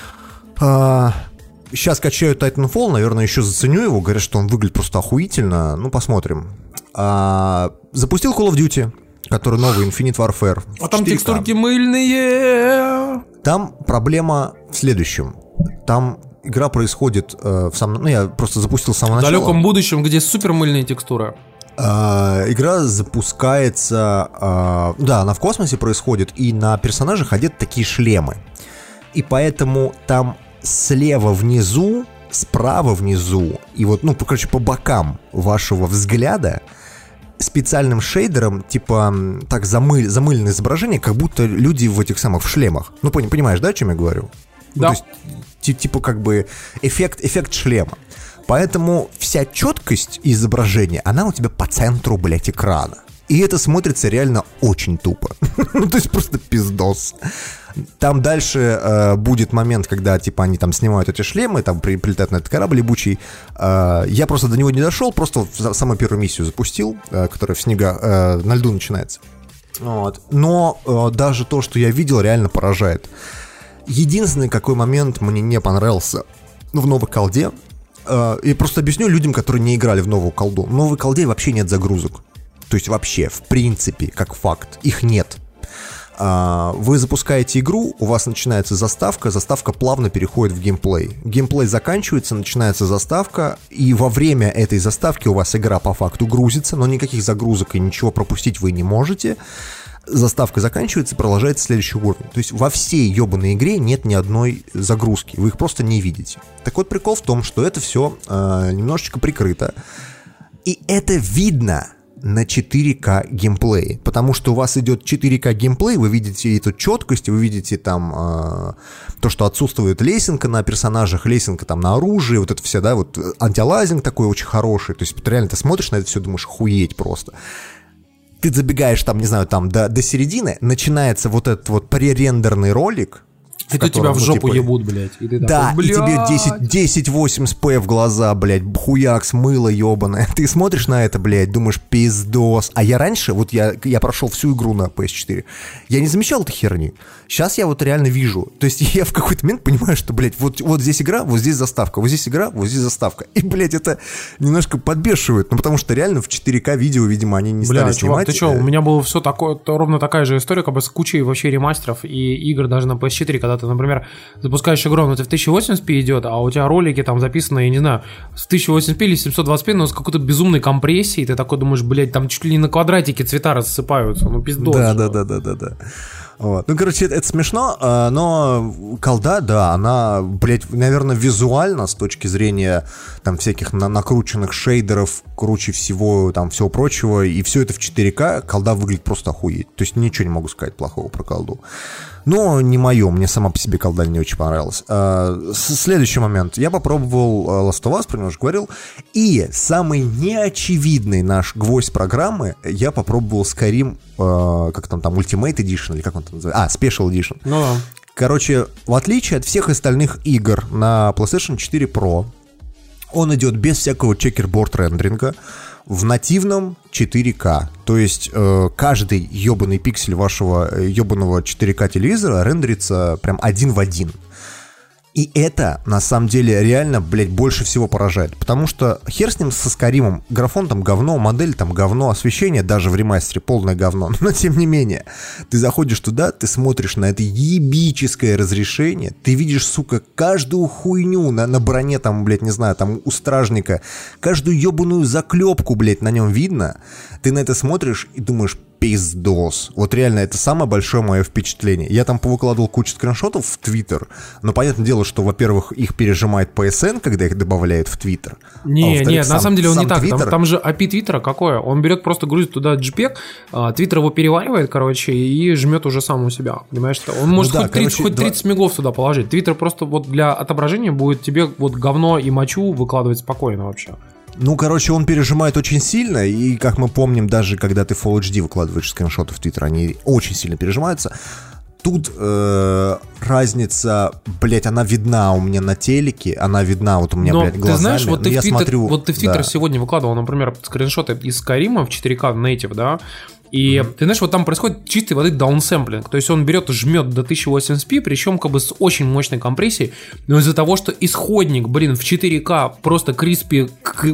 Сейчас качаю Titanfall, наверное, еще заценю его, говорят, что он выглядит просто охуительно, ну, посмотрим. Запустил Call of Duty, который новый, Infinite Warfare. А там 4К. Текстурки мыльные. Там проблема в следующем. Там игра происходит в самом... Ну, я просто запустил с самого начала. В далеком будущем, где супер мыльные текстуры. Игра запускается... Да, она в космосе происходит, и на персонажах одеты такие шлемы. И поэтому там слева внизу, справа внизу, и вот, ну, короче, по бокам вашего взгляда специальным шейдером, типа, так замыленное изображение, как будто люди в этих самых в шлемах. Ну, понимаешь, да, о чем я говорю? Да. Ну, то есть, типа, как бы, эффект шлема. Поэтому вся четкость изображения, она у тебя по центру, блядь, экрана. И это смотрится реально очень тупо. Ну, то есть просто пиздос. Там дальше будет момент, когда, типа, они там снимают эти шлемы, там прилетают на этот корабль ебучий. Я просто до него не дошел, просто самую первую миссию запустил, которая в снега, на льду начинается. Вот. Но даже то, что я видел, реально поражает. Единственный какой момент мне не понравился в новой колде. Я просто объясню людям, которые не играли в новую колду. В новой колде вообще нет загрузок. То есть вообще, в принципе, как факт, их нет. Вы запускаете игру, у вас начинается заставка плавно переходит в геймплей. Геймплей заканчивается, начинается заставка, и во время этой заставки у вас игра по факту грузится, но никаких загрузок и ничего пропустить вы не можете. Заставка заканчивается, продолжается следующий уровень. То есть во всей ебаной игре нет ни одной загрузки, вы их просто не видите. Так вот, прикол в том, что это все немножечко прикрыто, и это видно на 4К геймплее, потому что у вас идет 4К геймплей, вы видите эту четкость, вы видите там то, что отсутствует лесенка на персонажах, лесенка там на оружии, вот это все, да, вот антилазинг такой очень хороший, то есть реально ты смотришь на это все, думаешь, охуеть просто. Ты забегаешь там, не знаю, там до середины, начинается вот этот вот пререндерный ролик, это тебя в жопу типа, ебут, блядь. И ты да, такой, и тебе 1080p в глаза, блядь, хуякс, мыло ебаное. Ты смотришь на это, блядь, думаешь, пиздос. А я раньше, вот я прошел всю игру на PS4, я не замечал этой херни. Сейчас я вот реально вижу. То есть я в какой-то момент понимаю, что, блядь, вот здесь игра, вот здесь заставка, вот здесь игра, вот здесь заставка. И, блядь, это немножко подбешивает. Ну, потому что реально в 4К видео, видимо, они не стали снимать. Ты что, у меня было все такое, ровно такая же история, как бы с кучей вообще ремастеров и игр даже на PS4, когда ты, например, запускаешь игру, но это в 1080p идет, а у тебя ролики там записаны, я не знаю, в 1080p или 720p, но с какой-то безумной компрессией, ты такой думаешь, блядь, там чуть ли не на квадратике цвета рассыпаются, ну пиздос. Да. Вот. Ну, короче, это смешно, но колда, да, она, блядь, наверное, визуально, с точки зрения там всяких накрученных шейдеров, круче всего, там, всего прочего, и все это в 4К, колда выглядит просто охуеть. То есть ничего не могу сказать плохого про колду. Но не мое, мне сама по себе колда не очень понравилась. Следующий момент. Я попробовал Last of Us, про него уже говорил, и самый неочевидный наш гвоздь программы, я попробовал Skyrim, как там, Ultimate Edition, или как он там называется? Special Edition. Ну да. Короче, в отличие от всех остальных игр на PlayStation 4 Pro, он идет без всякого чекерборд рендеринга, в нативном 4К. То есть каждый ебаный пиксель вашего ебаного 4К телевизора рендерится прям один в один. И это, на самом деле, реально, блядь, больше всего поражает. Потому что хер с ним, со Скайримом, графон там говно, модель там говно, освещение даже в ремастере полное говно. Но тем не менее, ты заходишь туда, ты смотришь на это ебическое разрешение, ты видишь, сука, каждую хуйню на броне там, блядь, не знаю, там у стражника, каждую ебаную заклепку, блядь, на нем видно. Ты на это смотришь и думаешь, пиздос. Вот реально, это самое большое мое впечатление. Я там повыкладывал кучу скриншотов в Твиттер, но понятное дело, что, во-первых, их пережимает PSN, когда их добавляют в Твиттер. Нет, на самом деле он не так. Там же API Твиттера какое? Он берет, просто грузит туда JPEG, Твиттер его переваривает, короче, и жмет уже сам у себя. Понимаешь? Он может хоть 30 мегов туда положить. Твиттер просто вот для отображения будет тебе вот говно и мочу выкладывать спокойно вообще. Ну, короче, он пережимает очень сильно, и, как мы помним, даже когда ты Full HD выкладываешь скриншоты в Твиттер, они очень сильно пережимаются. Тут разница, блять, она видна у меня на телеке, она видна вот у меня, блядь, глазами. Ты знаешь, вот ты в Твиттер да. сегодня выкладывал, например, скриншоты из Skyrim в 4К Native, да, и ты знаешь, вот там происходит чистой воды даунсэмплинг. То есть он берет и жмет до 1080p, причем как бы с очень мощной компрессией. Но из-за того, что исходник, блин, в 4К просто криспи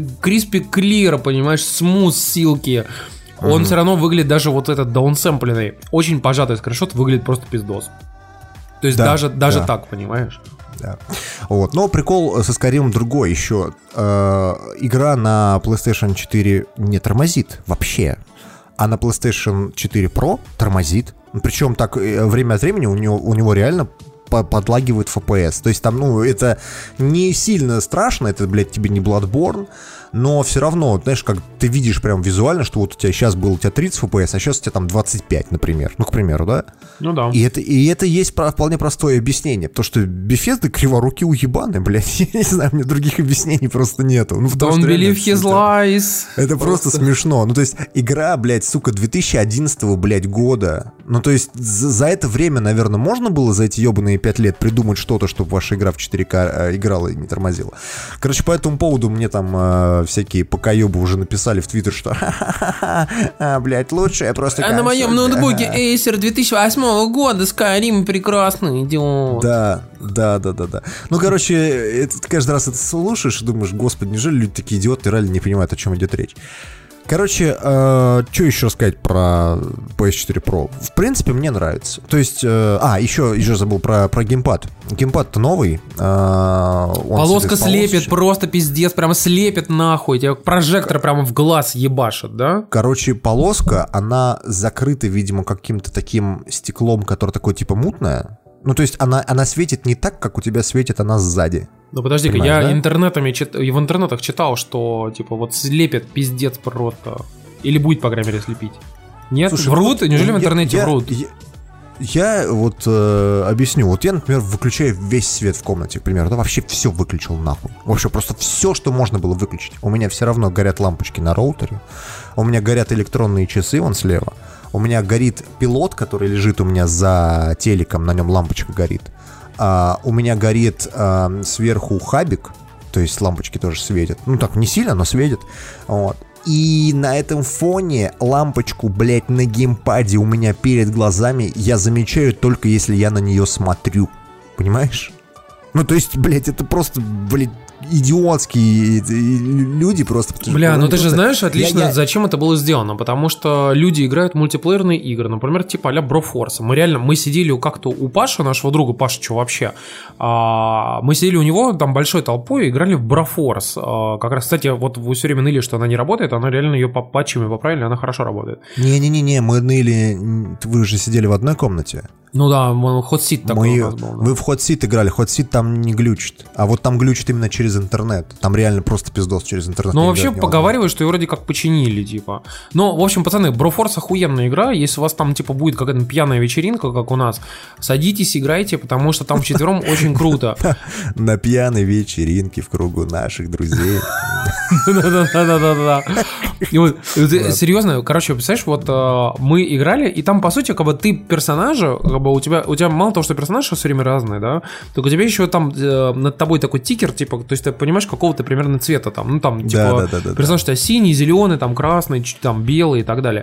клир, понимаешь, смус силки, он все равно выглядит даже вот этот даунсэмпленный. Очень пожатый скриншот выглядит просто пиздос. То есть даже так, понимаешь? Да. Вот. Но прикол со Skyrim другой еще. Игра на PlayStation 4 не тормозит вообще. А на PlayStation 4 Pro тормозит. Причем так время от времени у него реально подлагивает FPS. То есть там, ну, это не сильно страшно, это, блядь, тебе не Bloodborne, но все равно, знаешь, как ты видишь прям визуально, что вот у тебя сейчас было у тебя 30 FPS, а сейчас у тебя там 25, например. Ну, к примеру, да? Ну да. И это есть вполне простое объяснение, потому что Bethesda криворуки уебаны, блядь. Я не знаю, у меня других объяснений просто нету. Ну, Don't believe his lies. Это просто смешно. Ну, то есть, игра, блядь, сука, 2011, блядь, года. Ну, то есть, за это время, наверное, можно было за эти ебаные 5 лет придумать что-то, чтобы ваша игра в 4К играла и не тормозила. Короче, по этому поводу мне там всякие покоебы уже написали в Твиттер, что блядь, лучшее просто консоль. А на моем ноутбуке Acer 2008 года Skyrim прекрасно идет. Да. Ну, короче, ты каждый раз это слушаешь и думаешь, господи, неужели люди такие идиоты реально не понимают, о чем идет речь? Короче, что еще сказать про PS4 Pro? В принципе, мне нравится. То есть, еще забыл про геймпад. Геймпад-то новый. Полоска слепит, просто пиздец, прямо слепит нахуй. Тебя прожектор прямо в глаз ебашит, да? Короче, полоска, она закрыта, видимо, каким-то таким стеклом, которое такое типа мутное. Ну, то есть она светит не так, как у тебя светит она сзади. Ну, подожди-ка, я да? В интернетах читал, что, типа, вот слепит пиздец просто. Или будет, по крайней мере, слепить. Нет? Слушай, врут? Неужели в интернете врут? Я вот объясню. Вот я, например, выключаю весь свет в комнате, к примеру. Да, вообще все выключил нахуй. Вообще просто все, что можно было выключить. У меня все равно горят лампочки на роутере. У меня горят электронные часы вон слева. У меня горит пилот, который лежит у меня за телеком, на нем лампочка горит. У меня горит сверху хабик, то есть лампочки тоже светят. Ну так, не сильно, но светят. Вот. И на этом фоне лампочку, блядь, на геймпаде у меня перед глазами я замечаю только если я на нее смотрю. Понимаешь? Ну то есть, блядь, это просто, блядь, идиотские люди просто. Бля, ну ты же знаешь отлично, зачем это было сделано. Потому что люди играют в мультиплеерные игры. Например, типа а-ля Broforce. Мы сидели как-то у Паши, нашего друга. Паша, что вообще? Мы сидели у него там большой толпой и играли в Broforce. Как раз, кстати, вот вы все время ныли, что она не работает. Она реально ее патчами поправили, она хорошо работает. Не-не-не, мы ныли. Вы же сидели в одной комнате. Ну да, хот-сит такой у нас был. Да. Вы в хот-сит играли, хот-сит там не глючит. А вот там глючит именно через интернет. Там реально просто пиздос через интернет. Ну вообще поговаривают, что ее вроде как починили, типа. Но, в общем, пацаны, Broforce охуенная игра. Если у вас там, типа, будет какая-то пьяная вечеринка, как у нас, садитесь, играйте, потому что там вчетвером очень круто. На пьяной вечеринке в кругу наших друзей. Да-да-да. Серьезно, короче, представляешь, вот мы играли, и там, по сути, как бы ты персонажа, как бы у тебя мало того, что персонаж все время разный, да, так у тебя еще там над тобой такой тикер, типа, то есть ты понимаешь, какого ты примерно цвета там, ну там, типа, персонаж у тебя синий, зеленый, там красный, там белый и так далее.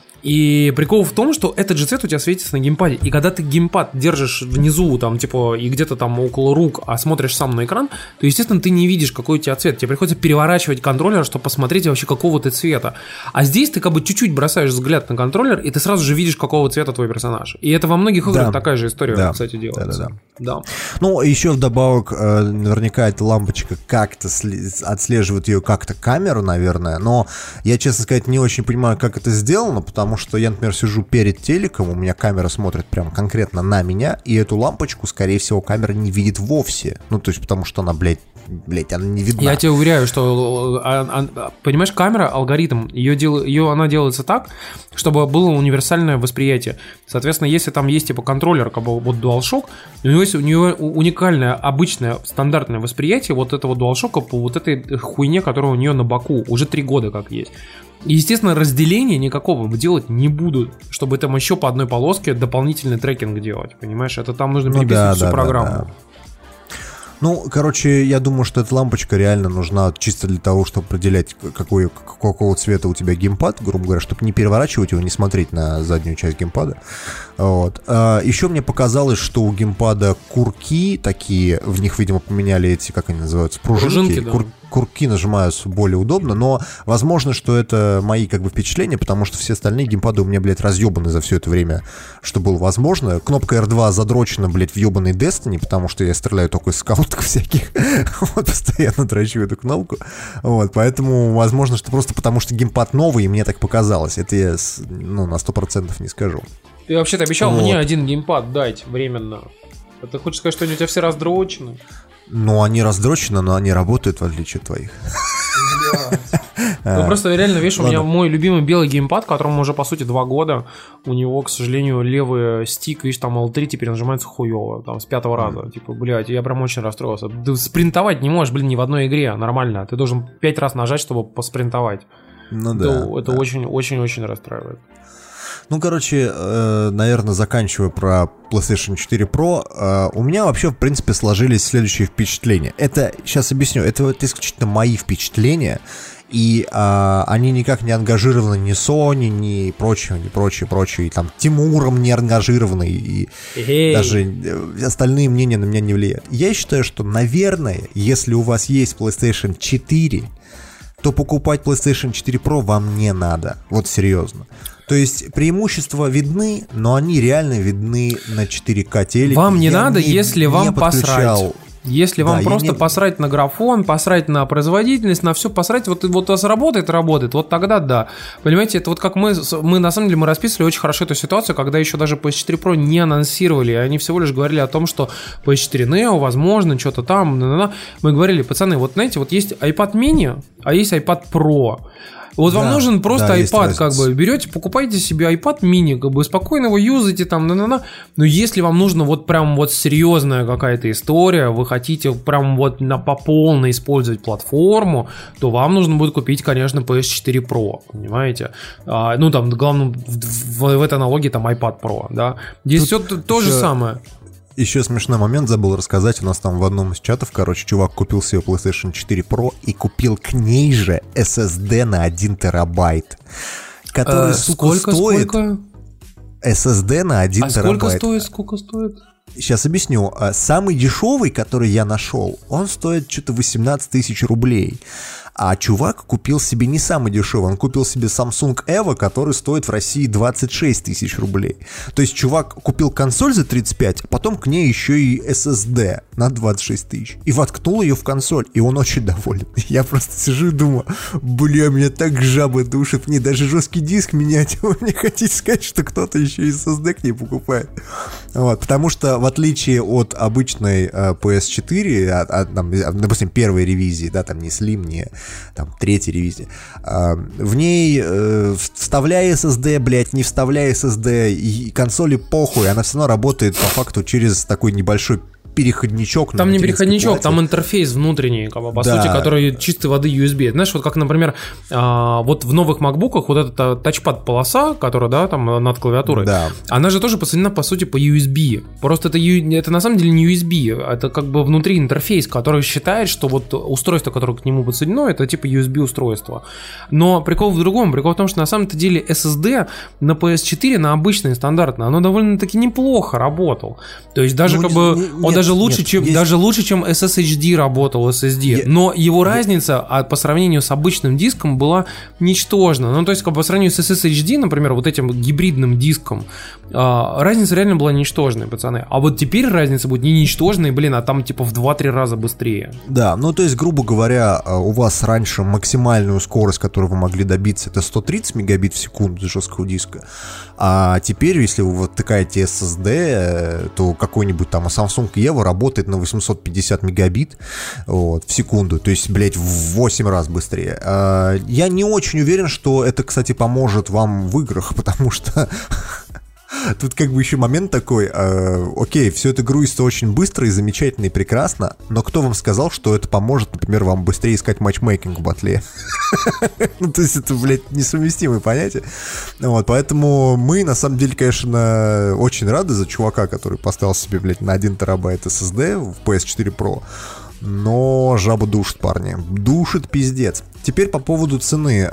И прикол в том, что этот же цвет у тебя светится на геймпаде. И когда ты геймпад держишь внизу, там, типа, и где-то там около рук, а смотришь сам на экран, то, естественно, ты не видишь, какой у тебя цвет. Тебе приходится переворачивать контроллер, чтобы посмотреть вообще, какого ты цвета. А здесь ты как бы чуть-чуть бросаешь взгляд на контроллер, и ты сразу же видишь, какого цвета твой персонаж. И это во многих играх такая же история, кстати, делается. Да. Ну, еще вдобавок, наверняка эта лампочка как-то отслеживает ее как-то камеру, наверное. Но я, честно сказать, не очень понимаю, как это сделано, потому что я, например, сижу перед телеком, у меня камера смотрит прям конкретно на меня, и эту лампочку, скорее всего, камера не видит вовсе. Ну, то есть, потому что она, блядь, она не видна. Я тебе уверяю, что, понимаешь, камера, алгоритм, она делается так, чтобы было универсальное восприятие. Соответственно, если там есть типа контроллер, как бы вот DualShock, у него уникальное, обычное, стандартное восприятие вот этого DualShock по вот этой хуйне, которая у нее на боку уже 3 года как есть. И, естественно, разделения никакого делать не будут, чтобы там еще по одной полоске дополнительный трекинг делать, понимаешь? Это там нужно переписывать всю программу. Да. Ну, короче, я думаю, что эта лампочка реально нужна чисто для того, чтобы определять, какого цвета у тебя геймпад, грубо говоря, чтобы не переворачивать его, не смотреть на заднюю часть геймпада. Вот. Еще мне показалось, что у геймпада курки такие, в них, видимо, поменяли эти, как они называются, пружинки да. Курки нажимаются более удобно, но возможно, что это мои как бы впечатления, потому что все остальные геймпады у меня, блядь, разъебаны за все это время, что было возможно. Кнопка R2 задрочена, блядь, в ебаной Destiny, потому что я стреляю только из скауток всяких, вот, постоянно трачу эту кнопку, вот, поэтому возможно, что просто потому что геймпад новый, и мне так показалось, это я, ну, на 100% не скажу. Ты вообще-то обещал мне один геймпад дать временно. Ты хочешь сказать, что они у тебя все раздрочены? Ну, они раздрочены, но они работают, в отличие от твоих. Ну, просто реально, видишь, у меня мой любимый белый геймпад, которому уже, по сути, 2 года, у него, к сожалению, левый стик, видишь, там L3 теперь нажимается хуёво, там, с 5-го раза. Типа, блядь, я прям очень расстроился. Ты спринтовать не можешь, блин, ни в одной игре нормально. Ты должен 5 раз нажать, чтобы поспринтовать. Ну да. Это очень-очень-очень расстраивает. Ну, короче, наверное, заканчивая про PlayStation 4 Pro, у меня вообще, в принципе, сложились следующие впечатления. Это, сейчас объясню, это вот исключительно мои впечатления, и они никак не ангажированы ни Sony, ни прочие, и там Тимуром не ангажированы, и даже остальные мнения на меня не влияют. Я считаю, что, наверное, если у вас есть PlayStation 4, то покупать PlayStation 4 Pro вам не надо, вот серьезно. То есть преимущества видны, но они реально видны на 4К телеке. Вам не надо, если вам посрать. Если вам просто посрать на графон, посрать на производительность, на все посрать, вот у вас работает, вот тогда да. Понимаете, это вот как мы на самом деле мы расписывали очень хорошо эту ситуацию, когда еще даже PS4 Pro не анонсировали, они всего лишь говорили о том, что PS4 Neo, возможно, что-то там, мы говорили, пацаны, вот знаете, вот есть iPad mini, а есть iPad Pro. Вот вам нужен просто iPad, как бы, берете, покупайте себе iPad mini, как бы, спокойно его юзайте там, но если вам нужно вот прям вот серьезная какая-то история, вы хотите прям вот по полной использовать платформу, то вам нужно будет купить, конечно, PS4 Pro, понимаете? Ну, там, главное, в этой аналогии там iPad Pro, да. Здесь все то же самое. Еще смешной момент забыл рассказать. У нас там в одном из чатов, короче, чувак купил себе PlayStation 4 Pro и купил к ней же SSD на 1 терабайт. Который, сука, стоит... Сколько? SSD на 1 терабайт. Сколько стоит? Сейчас объясню. Самый дешевый, который я нашел, он стоит что-то 18 тысяч рублей. А чувак купил себе не самый дешевый, он купил себе Samsung Evo, который стоит в России 26 тысяч рублей. То есть чувак купил консоль за 35, а потом к ней еще и SSD на 26 тысяч. И воткнул ее в консоль, и он очень доволен. Я просто сижу и думаю, бля, меня так жаба душит, мне даже жесткий диск менять. Вы мне хотите сказать, что кто-то еще и SSD к ней покупает? Вот, потому что в отличие от обычной PS4, там, допустим, первой ревизии, да, там не Slim, не там третьей ревизии, в ней вставляя SSD, блядь, не вставляя SSD, и консоли похуй, она все равно работает по факту через такой небольшой переходничок. Там не переходничок, там интерфейс внутренний, по сути, который чистой воды USB. Знаешь, вот как, например, вот в новых MacBook'ах вот эта тачпад-полоса, которая, да, там над клавиатурой, она же тоже подсоединена, по сути, по USB. Просто это на самом деле не USB, это как бы внутри интерфейс, который считает, что вот устройство, которое к нему подсоединено, это типа USB-устройство. Но прикол в другом. Прикол в том, что на самом-то деле SSD на PS4, на обычный, стандартный, оно довольно-таки неплохо работал. То есть даже как бы он даже лучше, чем SSHD работал, SSD. Но его разница по сравнению с обычным диском была ничтожна. Ну, то есть, по сравнению с SSHD, например, вот этим гибридным диском, разница реально была ничтожная, пацаны. А вот теперь разница будет не ничтожная, блин, а там типа в 2-3 раза быстрее. Да, ну то есть, грубо говоря, у вас раньше максимальную скорость, которую вы могли добиться, это 130 мегабит в секунду с жесткого диска. А теперь, если вы втыкаете SSD, то какой-нибудь там Samsung Evo работает на 850 мегабит вот, в секунду, то есть, блядь, в 8 раз быстрее. Я не очень уверен, что это, кстати, поможет вам в играх, потому что тут как бы еще момент такой, окей, все это грузится очень быстро и замечательно и прекрасно, но кто вам сказал, что это поможет, например, вам быстрее искать матчмейкинг в батле? Ну, то есть это, блядь, несовместимые понятия. Вот, поэтому мы, на самом деле, конечно, очень рады за чувака, который поставил себе, блядь, на 1 терабайт SSD в PS4 Pro. Но жаба душит, парни. Душит пиздец. Теперь по поводу цены.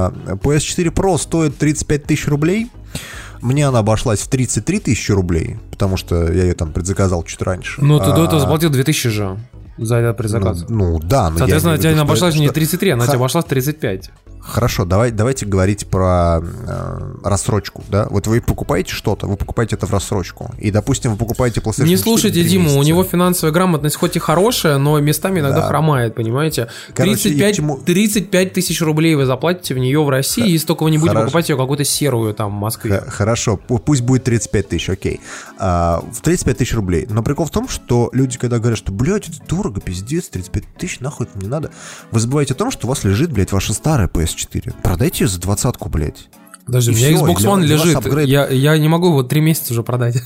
PS4 Pro стоит 35 тысяч рублей. Мне она обошлась в 33 тысячи рублей, потому что я ее там предзаказал чуть раньше. Ну, ты до этого заплатил 2000 же за этот предзаказ. Ну да. Соответственно, тебе обошлась не 33, она тебе обошлась 35. Хорошо, давайте говорить про рассрочку, да? Вот вы покупаете что-то, вы покупаете это в рассрочку, и, допустим, вы покупаете PlayStation 4. Не слушайте Диму, у него финансовая грамотность хоть и хорошая, но местами иногда хромает, понимаете? 35 тысяч рублей вы заплатите в нее в России, если только вы не будете покупать ее какую-то серую там в Москве. Хорошо, пусть будет 35 тысяч, окей. 35 тысяч рублей. Но прикол в том, что люди, когда говорят, что, блядь, это дорого, пиздец, 35 тысяч, нахуй это не надо, вы забываете о том, что у вас лежит, блядь, ваша старая PS4. Продайте ее за 20-ку, блядь. Подожди, у меня Xbox One лежит. Я не могу его 3 месяца уже продать.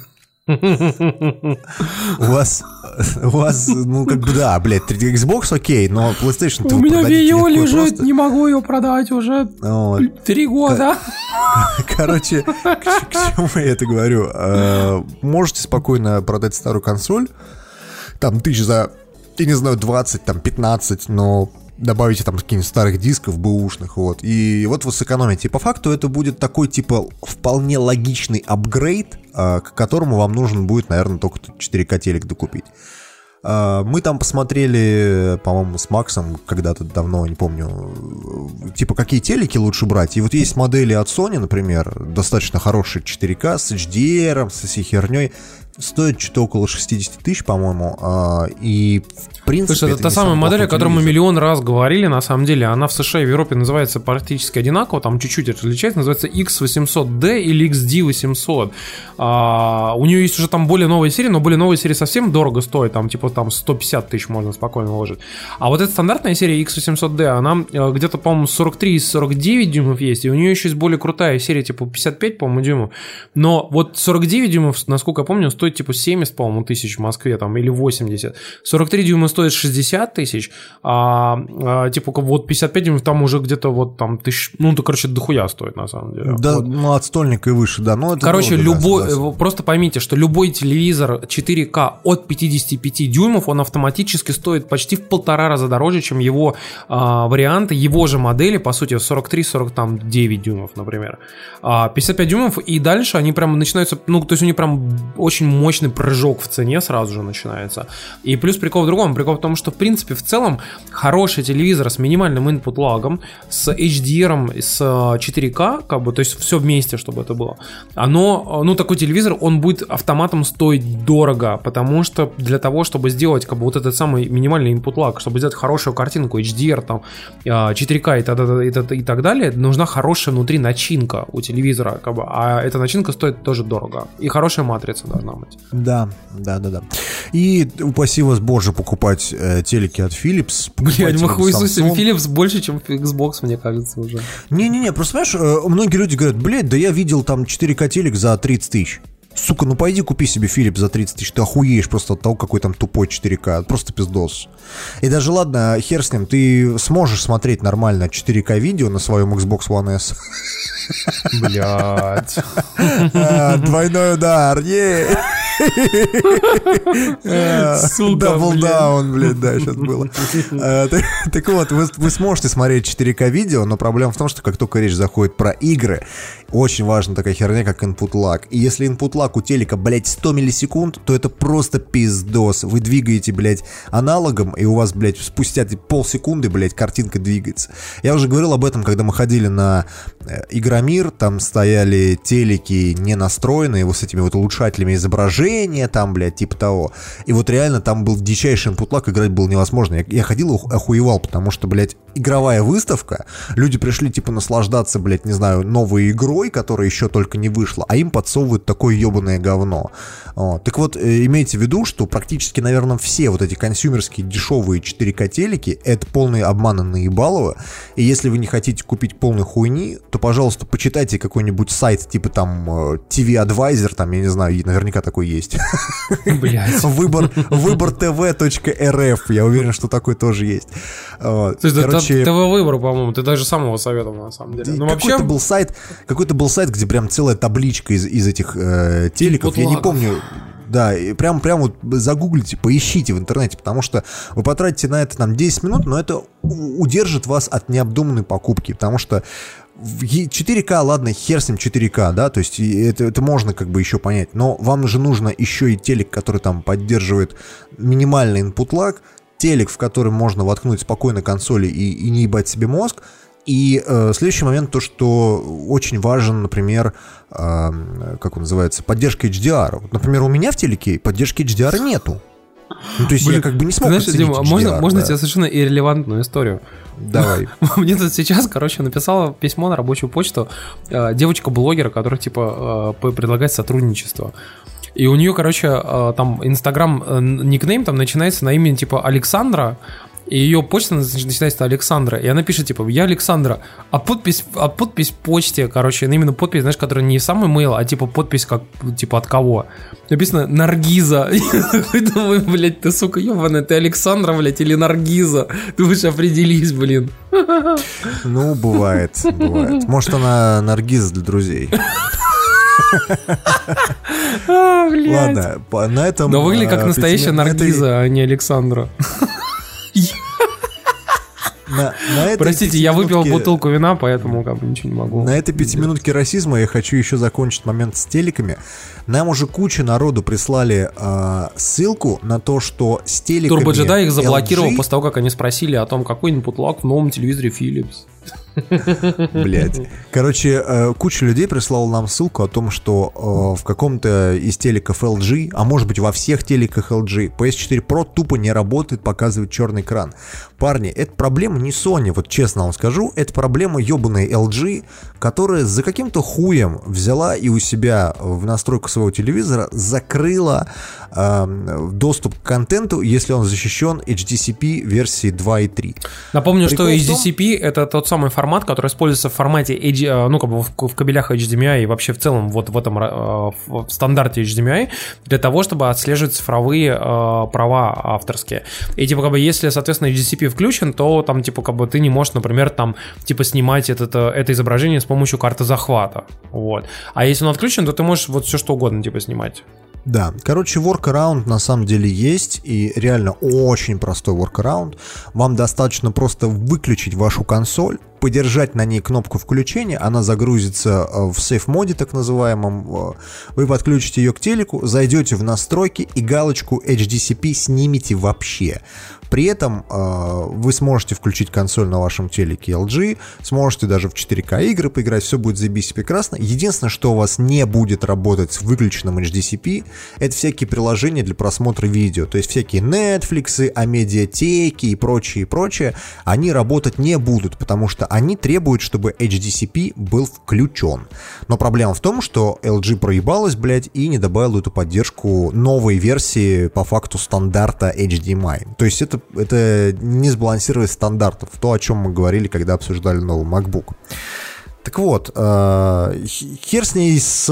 У вас, ну, как бы, да, блядь, Xbox окей, но PlayStation... У меня Wii U лежит, не могу ее продать уже 3 года. Короче, к чему я это говорю? Можете спокойно продать старую консоль, там, тысяч за, я не знаю, 20, там, 15, но... добавите там каких-нибудь старых дисков бэушных, вот, и вот вы сэкономите. И по факту это будет такой, типа, вполне логичный апгрейд, к которому вам нужен будет, наверное, только 4К телек докупить. Мы там посмотрели, по-моему, с Максом когда-то давно, не помню, типа, какие телеки лучше брать. И вот есть модели от Sony, например, достаточно хорошие 4К, с HDR, со всей херней. Стоит что-то около 60 тысяч, по-моему, и в принципе... Слушай, это та самая модель, о которой мы миллион раз говорили, на самом деле. Она в США и в Европе называется практически одинаково, там чуть-чуть различается, называется X800D или XD800. У нее есть уже там более новая серия, но более новая серия совсем дорого стоит, там типа там 150 тысяч можно спокойно вложить. А вот эта стандартная серия X800D, она где-то, по-моему, 43-49 дюймов есть, и у нее еще есть более крутая серия, типа 55, по-моему, дюймов. Но вот 49 дюймов, насколько я помню, стоит типа 70, по-моему, тысяч в Москве, там, или 80. 43 дюйма стоит 60 тысяч, типа вот 55 дюймов там уже где-то вот там тысяч, ну, это, короче, дохуя стоит, на самом деле. Да, вот. Ну, от стольника и выше, да. Ну, это короче, дорого, да, просто поймите, что любой телевизор 4К от 55 дюймов, он автоматически стоит почти в 1,5 раза дороже, чем его варианты, его же модели, по сути, 43-49 дюймов, например. 55 дюймов, и дальше они прям начинаются, ну, то есть у них прям очень мощный прыжок в цене сразу же начинается. И плюс прикол в другом. Прикол в том, что в принципе в целом хороший телевизор с минимальным input лагом, с HDR, с 4К, как бы, то есть все вместе, чтобы это было. Оно, ну, такой телевизор, он будет автоматом стоить дорого, потому что для того, чтобы сделать как бы вот этот самый минимальный input lag, чтобы сделать хорошую картинку, HDR, там, 4К и так далее, нужна хорошая внутри начинка у телевизора, как бы, а эта начинка стоит тоже дорого. И хорошая матрица должна быть. Да. И упаси вас, боже, покупать телеки от Philips. Блядь, мы хуесосим Philips больше, чем Xbox, мне кажется, уже. Не-не-не, просто, знаешь, многие люди говорят, блядь, да я видел там 4К телек за 30 тысяч. Сука, ну пойди купи себе Philips за 30 тысяч, ты охуеешь просто от того, какой там тупой 4К, просто пиздос. И даже ладно, хер с ним, ты сможешь смотреть нормально 4К видео на своем Xbox One S. Блядь. Двойной удар, Даблдаун, блядь, да, сейчас было. Так вот, вы сможете смотреть 4К видео, но проблема в том, что как только речь заходит про игры, очень важна такая херня, как input lag. И если input lag у телека, блядь, 100 миллисекунд, то это просто пиздос. Вы двигаете, блядь, аналогом, и у вас, блядь, спустя полсекунды, блядь, картинка двигается. Я уже говорил об этом, когда мы ходили на Игромир, там стояли телеки не настроенные, вот с этими вот улучшателями изображения, там, блядь, типа того. И вот реально там был дичайший input lag, играть было невозможно. Я ходил и охуевал, потому что, блядь, игровая выставка, люди пришли, типа, наслаждаться, блядь, не знаю, новой игрой, которая еще только не вышла, а им подсовывают такое ебаное говно. Так вот, имейте в виду, что практически, наверное, все вот эти консюмерские дешевые 4К телеки — это полный обман и наебалово. И если вы не хотите купить полной хуйни, то, пожалуйста, почитайте какой-нибудь сайт, типа там TV Advisor, там, я не знаю, наверняка такой есть. Выбор tv.rf, я уверен, что такой тоже есть. То есть это ТВ-выбор, по-моему, ты даже сам его советовал, на самом деле. Какой-то был сайт, где прям целая табличка из этих телеков, я не помню. Да, и прям вот загуглите, поищите в интернете, потому что вы потратите на это там 10 минут, но это удержит вас от необдуманной покупки, потому что 4К, ладно, хер с ним 4К, да, то есть это можно как бы еще понять, но вам же нужно еще и телек, который там поддерживает минимальный input lag, телек, в который можно воткнуть спокойно консоли и не ебать себе мозг, И следующий момент, то, что очень важен, например, как он называется, поддержка HDR. Вот, например, у меня в телеке поддержки HDR нету. Ну, то есть я как бы не смог оценить Дима, HDR. Можно тебе совершенно иррелевантную историю? Давай. Мне тут сейчас, написала письмо на рабочую почту девочка-блогера, которая, типа, предлагает сотрудничество. И у нее, там Инстаграм, никнейм там начинается на имя, типа, Александра, и ее почта начинается Александра, и она пишет, типа, я Александра, а подпись почте, именно подпись, знаешь, которая не сам имейл, а типа подпись, как, типа, от кого? Написано Наргиза. Я думаю, блядь, ты, сука, ебаная, ты Александра, блядь, или Наргиза? Ты лучше определись, блин. Ну, бывает. Может, она Наргиза для друзей. Ладно, на этом... Но выглядит как настоящая Наргиза, а не Александра. Простите, я выпил бутылку вина, поэтому как бы ничего не могу. На этой 5-минутке расизма я хочу еще закончить момент с телеками. Нам уже куча народу прислали ссылку на то, что с телеками Турбо-джедай их заблокировал LG... после того, как они спросили о том, какой input lag в новом телевизоре Philips. Блять. Короче, куча людей прислала нам ссылку о том, что в каком-то из телеков LG, а может быть во всех телеках LG, PS4 Pro тупо не работает, показывает черный экран. Парни, это проблема не Sony, вот честно вам скажу, это проблема ебаной LG, которая за каким-то хуем взяла и у себя в настройку своего телевизора закрыла доступ к контенту, если он защищен HDCP версии 2 и 3. Напомню, что HDCP это тот самый формат, который используется в формате в кабелях HDMI и вообще в целом вот в этом в стандарте HDMI для того, чтобы отслеживать цифровые права авторские. И типа как бы если, соответственно, HDCP включен, то там типа как бы ты не можешь, например, там типа снимать это изображение с помощью карты захвата. Вот. А если он отключен, то ты можешь вот все что угодно типа снимать. Да, короче, workaround на самом деле есть, и реально очень простой workaround. Вам достаточно просто выключить вашу консоль, подержать на ней кнопку включения, она загрузится в сейф-моде так называемом, вы подключите ее к телеку, зайдете в настройки и галочку HDCP снимете вообще. При этом вы сможете включить консоль на вашем телеке LG, сможете даже в 4К игры поиграть, все будет заебись прекрасно. Единственное, что у вас не будет работать с выключенным HDCP, это всякие приложения для просмотра видео, то есть всякие Netflix, амедиатеки и прочее, они работать не будут, потому что они требуют, чтобы HDCP был включен. Но проблема в том, что LG проебалась, блядь, и не добавила эту поддержку новой версии по факту стандарта HDMI. То есть это не сбалансировать стандартов, то, о чем мы говорили, когда обсуждали новый MacBook. Так вот, хер с ней с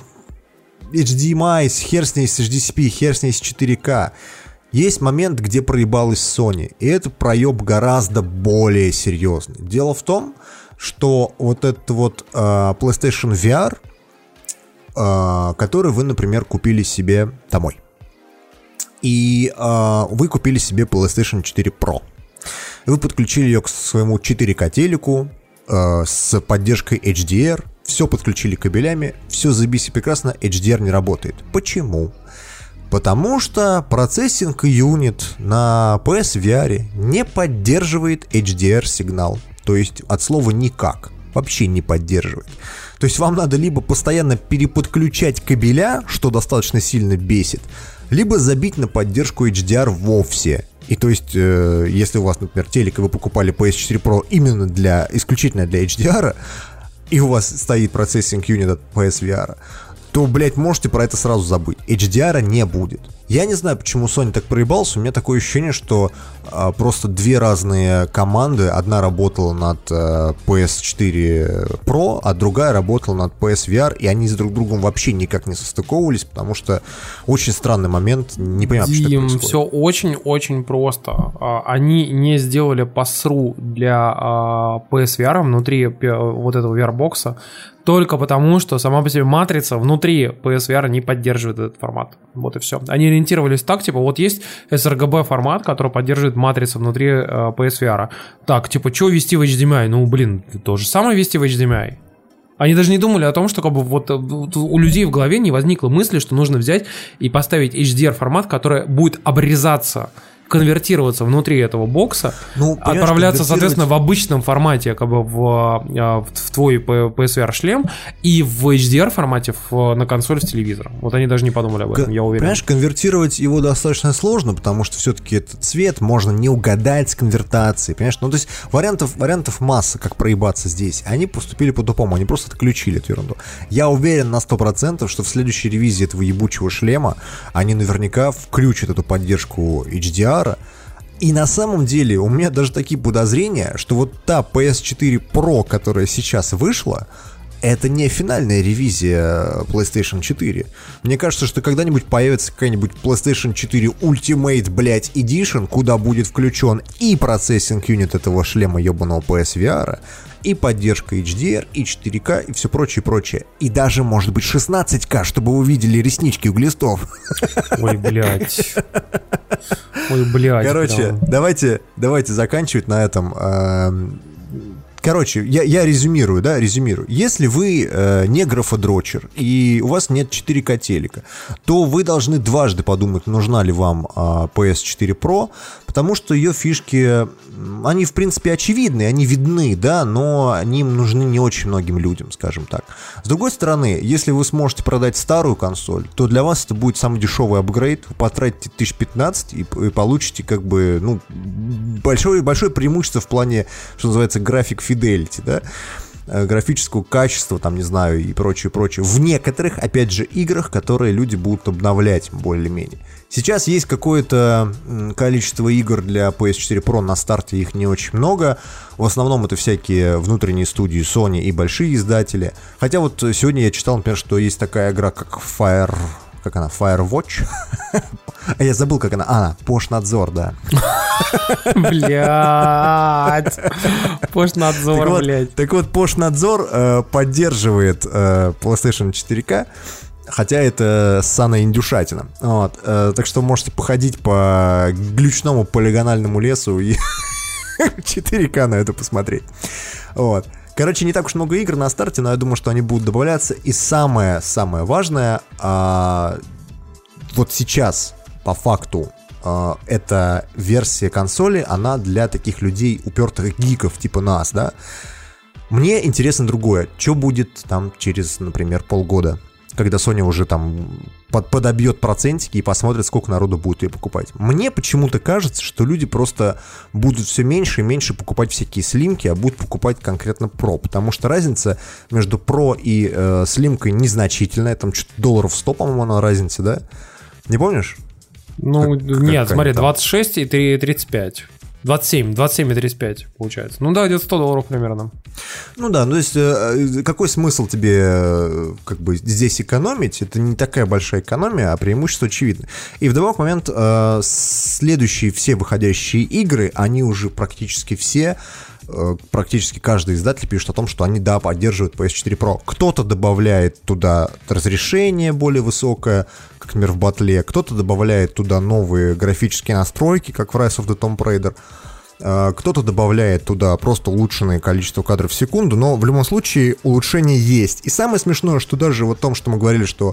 HDMI, хер с ней с HDCP, хер с ней с 4К. Есть момент, где проебалась Sony, и это проеб гораздо более серьезный. Дело в том, что вот этот вот PlayStation VR, который вы, например, купили себе домой, и вы купили себе PlayStation 4 Pro, вы подключили ее к своему 4К телеку с поддержкой HDR, все подключили кабелями, все заебись и прекрасно, HDR не работает. Почему? Потому что процессинг юнит на PS VR не поддерживает HDR сигнал. То есть от слова никак. Вообще не поддерживает. То есть вам надо либо постоянно переподключать кабеля, что достаточно сильно бесит, либо забить на поддержку HDR вовсе. И то есть, если у вас, например, телек, и вы покупали PS4 Pro именно исключительно для HDR, и у вас стоит процессинг юнит от PS VR, то, блять, можете про это сразу забыть. HDR не будет. Я не знаю, почему Sony так проебался. У меня такое ощущение, что просто две разные команды. Одна работала над PS4 Pro, а другая работала над PS VR. И они с друг другом вообще никак не состыковывались, потому что очень странный момент. Не понимаю, что это происходит. Все очень-очень просто. Они не сделали пассру для PS VR внутри вот этого VR-бокса только потому, что сама по себе матрица внутри PSVR не поддерживает этот формат. Вот и все. Они ориентировались так, типа, вот есть sRGB формат, который поддерживает матрицу внутри PSVR. Так, типа, что вести в HDMI? Ну, блин, то же самое вести в HDMI. Они даже не думали о том, что как бы вот у людей в голове не возникло мысли, что нужно взять и поставить HDR формат, который будет обрезаться конвертироваться внутри этого бокса, отправляться, соответственно, в обычном формате, как бы в твой PSVR-шлем и в HDR формате на консоль с телевизором. Вот они даже не подумали об этом, я уверен. Понимаешь, конвертировать его достаточно сложно, потому что все-таки этот цвет можно не угадать с конвертацией, понимаешь? Ну, то есть вариантов масса, как проебаться здесь. Они поступили по-тупому, они просто отключили эту ерунду. Я уверен на 100%, что в следующей ревизии этого ебучего шлема они наверняка включат эту поддержку HDR. И на самом деле у меня даже такие подозрения, что вот та PS4 Pro, которая сейчас вышла, это не финальная ревизия PlayStation 4. Мне кажется, что когда-нибудь появится какая-нибудь PlayStation 4 Ultimate, блять, Edition, куда будет включен и процессинг юнит этого шлема ебаного PSVR, и поддержка HDR, и 4К, и все прочее. И даже, может быть, 16К, чтобы вы видели реснички у глистов. Ой, блядь. Короче, давайте заканчивать на этом. Короче, я резюмирую. Если вы не графодрочер и у вас нет 4К телека, то вы должны дважды подумать, нужна ли вам PS4 Pro, потому что ее фишки, они в принципе очевидны, они видны, да, но они нужны не очень многим людям, скажем так. С другой стороны, если вы сможете продать старую консоль, то для вас это будет самый дешевый апгрейд, вы потратите 1015 и получите как бы, ну, большое преимущество в плане, что называется, график fidelity, да, графического качества, там, не знаю, и прочее. В некоторых, опять же, играх, которые люди будут обновлять более-менее. Сейчас есть какое-то количество игр для PS4 Pro, на старте их не очень много. В основном это всякие внутренние студии Sony и большие издатели. Хотя вот сегодня я читал, например, что есть такая игра, как Firewatch. А я забыл, как она. Пошнадзор, да. Блядь. Пошнадзор, блядь. Так вот, Пошнадзор поддерживает PlayStation 4K, хотя это ссаная индюшатина. Вот. Так что можете походить по глючному полигональному лесу и 4К на это посмотреть. Вот. Короче, не так уж много игр на старте, но я думаю, что они будут добавляться. И самое важное, вот сейчас, по факту, эта версия консоли, она для таких людей, упертых гиков типа нас, да. Мне интересно другое. Что будет там через, например, полгода, когда Sony уже там подобьет процентики и посмотрит, сколько народу будет ее покупать. Мне почему-то кажется, что люди просто будут все меньше и меньше покупать всякие слимки, а будут покупать конкретно Pro, потому что разница между Pro и слимкой незначительная, там что-то $100, по-моему, она разница, да? Не помнишь? Ну, нет, смотри, 26 и 35. 27 и 35 получается. Ну да, где-то $100 примерно. Ну да, ну то есть какой смысл тебе как бы здесь экономить? Это не такая большая экономия, а преимущество очевидно. И в добавок момент следующие все выходящие игры, они уже практически каждый издатель пишет о том, что они, да, поддерживают PS4 Pro. Кто-то добавляет туда разрешение более высокое, как, например, в батле. Кто-то добавляет туда новые графические настройки, как в Rise of the Tomb Raider. Кто-то добавляет туда просто улучшенное количество кадров в секунду, но в любом случае улучшение есть. И самое смешное, что даже вот в том, что мы говорили, что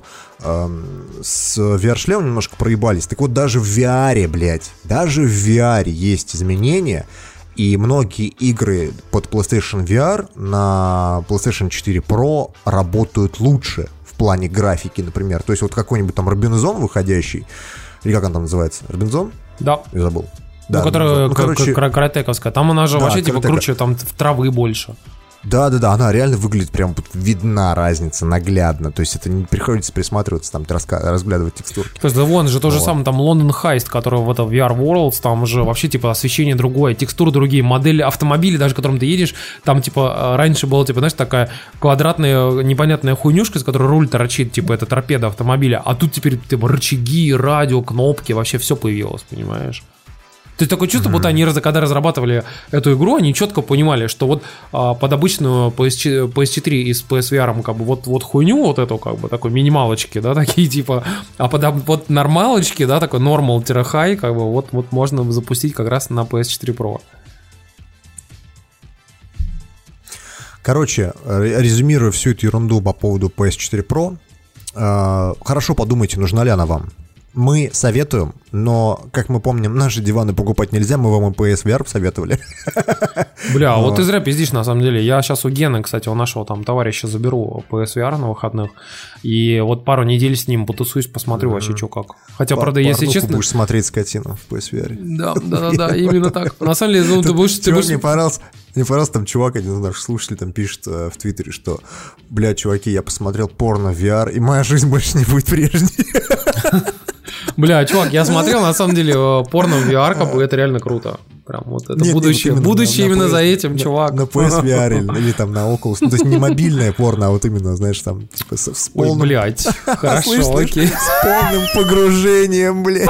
с VR-шлемом немножко проебались. Так вот, даже в VR, блядь, даже в VR есть изменения. И многие игры под PlayStation VR на PlayStation 4 Pro работают лучше в плане графики, например. То есть вот какой-нибудь там Робинзон выходящий, или как он там называется? Робинзон? Да. Я забыл. Да, ну, которая каратековская. Там она же вообще типа круче, там травы больше. Да, она реально выглядит прям видна разница наглядно. То есть это не приходится присматриваться, там разглядывать текстурки. То есть да вон же то же самое, там London Heist, который в этом VR Worlds, там же вообще типа освещение другое, текстуры другие, модели автомобилей, даже которым ты едешь, там типа раньше была типа, знаешь, такая квадратная непонятная хуйнюшка, из которой руль торчит, типа это торпеда автомобиля, а тут теперь типа рычаги, радио, кнопки, вообще все появилось, понимаешь? То есть такое чувство, будто они, когда разрабатывали эту игру, они четко понимали, что вот под обычную PS4 и с PSVR как бы вот хуйню вот эту как бы такой минималочки, да, такие типа, а под нормалочки, да, такой normal-high, как бы вот можно запустить как раз на PS4 Pro. Короче, резюмируя всю эту ерунду по поводу PS4 Pro, хорошо подумайте, нужна ли она вам. Мы советуем, но, как мы помним, наши диваны покупать нельзя, мы вам и PSVR советовали. Бля, вот ты зря пиздишь, на самом деле. Я сейчас у Гены, кстати, у нашего там товарища заберу PSVR на выходных, и вот пару недель с ним потусуюсь, посмотрю вообще, что как. Хотя, правда, если честно... будешь смотреть скотину в PSVR. Да, именно так. На самом деле, ты будешь... Не понравился, там чувак, один из наших слушателей, там пишет в Твиттере, что, бля, чуваки, я посмотрел порно в VR, и моя жизнь больше не будет прежней. Бля, чувак, я смотрел, на самом деле, порно в VR, как бы это реально круто. Прям вот это будущее. Будущее именно за этим, чувак. На PSVR или там на Oculus. Ну, то есть не мобильное порно, а вот именно, знаешь, там, типа, с полным... Ой, блядь, хорошо, окей. С полным погружением, блядь.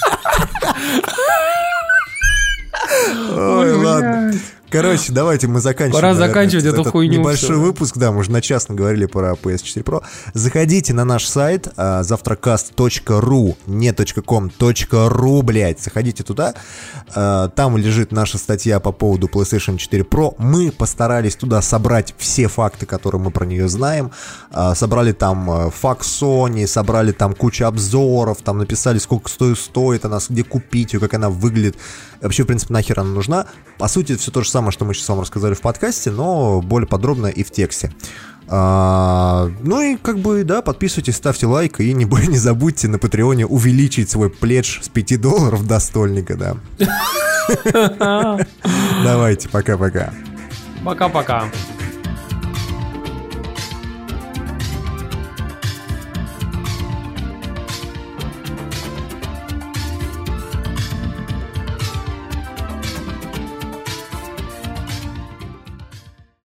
Ой, ладно. Короче, давайте мы заканчиваем. Пора заканчивать эту хуйню. Небольшой выпуск, да, мы уже на час наговорили про PS4 Pro. Заходите на наш сайт завтракаст.ру, не .com, .ru, блядь. Заходите туда. Там лежит наша статья по поводу PlayStation 4 Pro. Мы постарались туда собрать все факты, которые мы про нее знаем. Собрали там факт Sony, собрали там кучу обзоров, там написали, сколько стоит она, где купить ее, как она выглядит. Вообще, в принципе, нахер она нужна. По сути, это все то же самое, что мы сейчас вам рассказали в подкасте, но более подробно и в тексте. Ну и как бы, да, подписывайтесь, ставьте лайк и не забудьте на Патреоне увеличить свой пледж с $5 до стольника, да. Давайте, пока-пока. Пока-пока.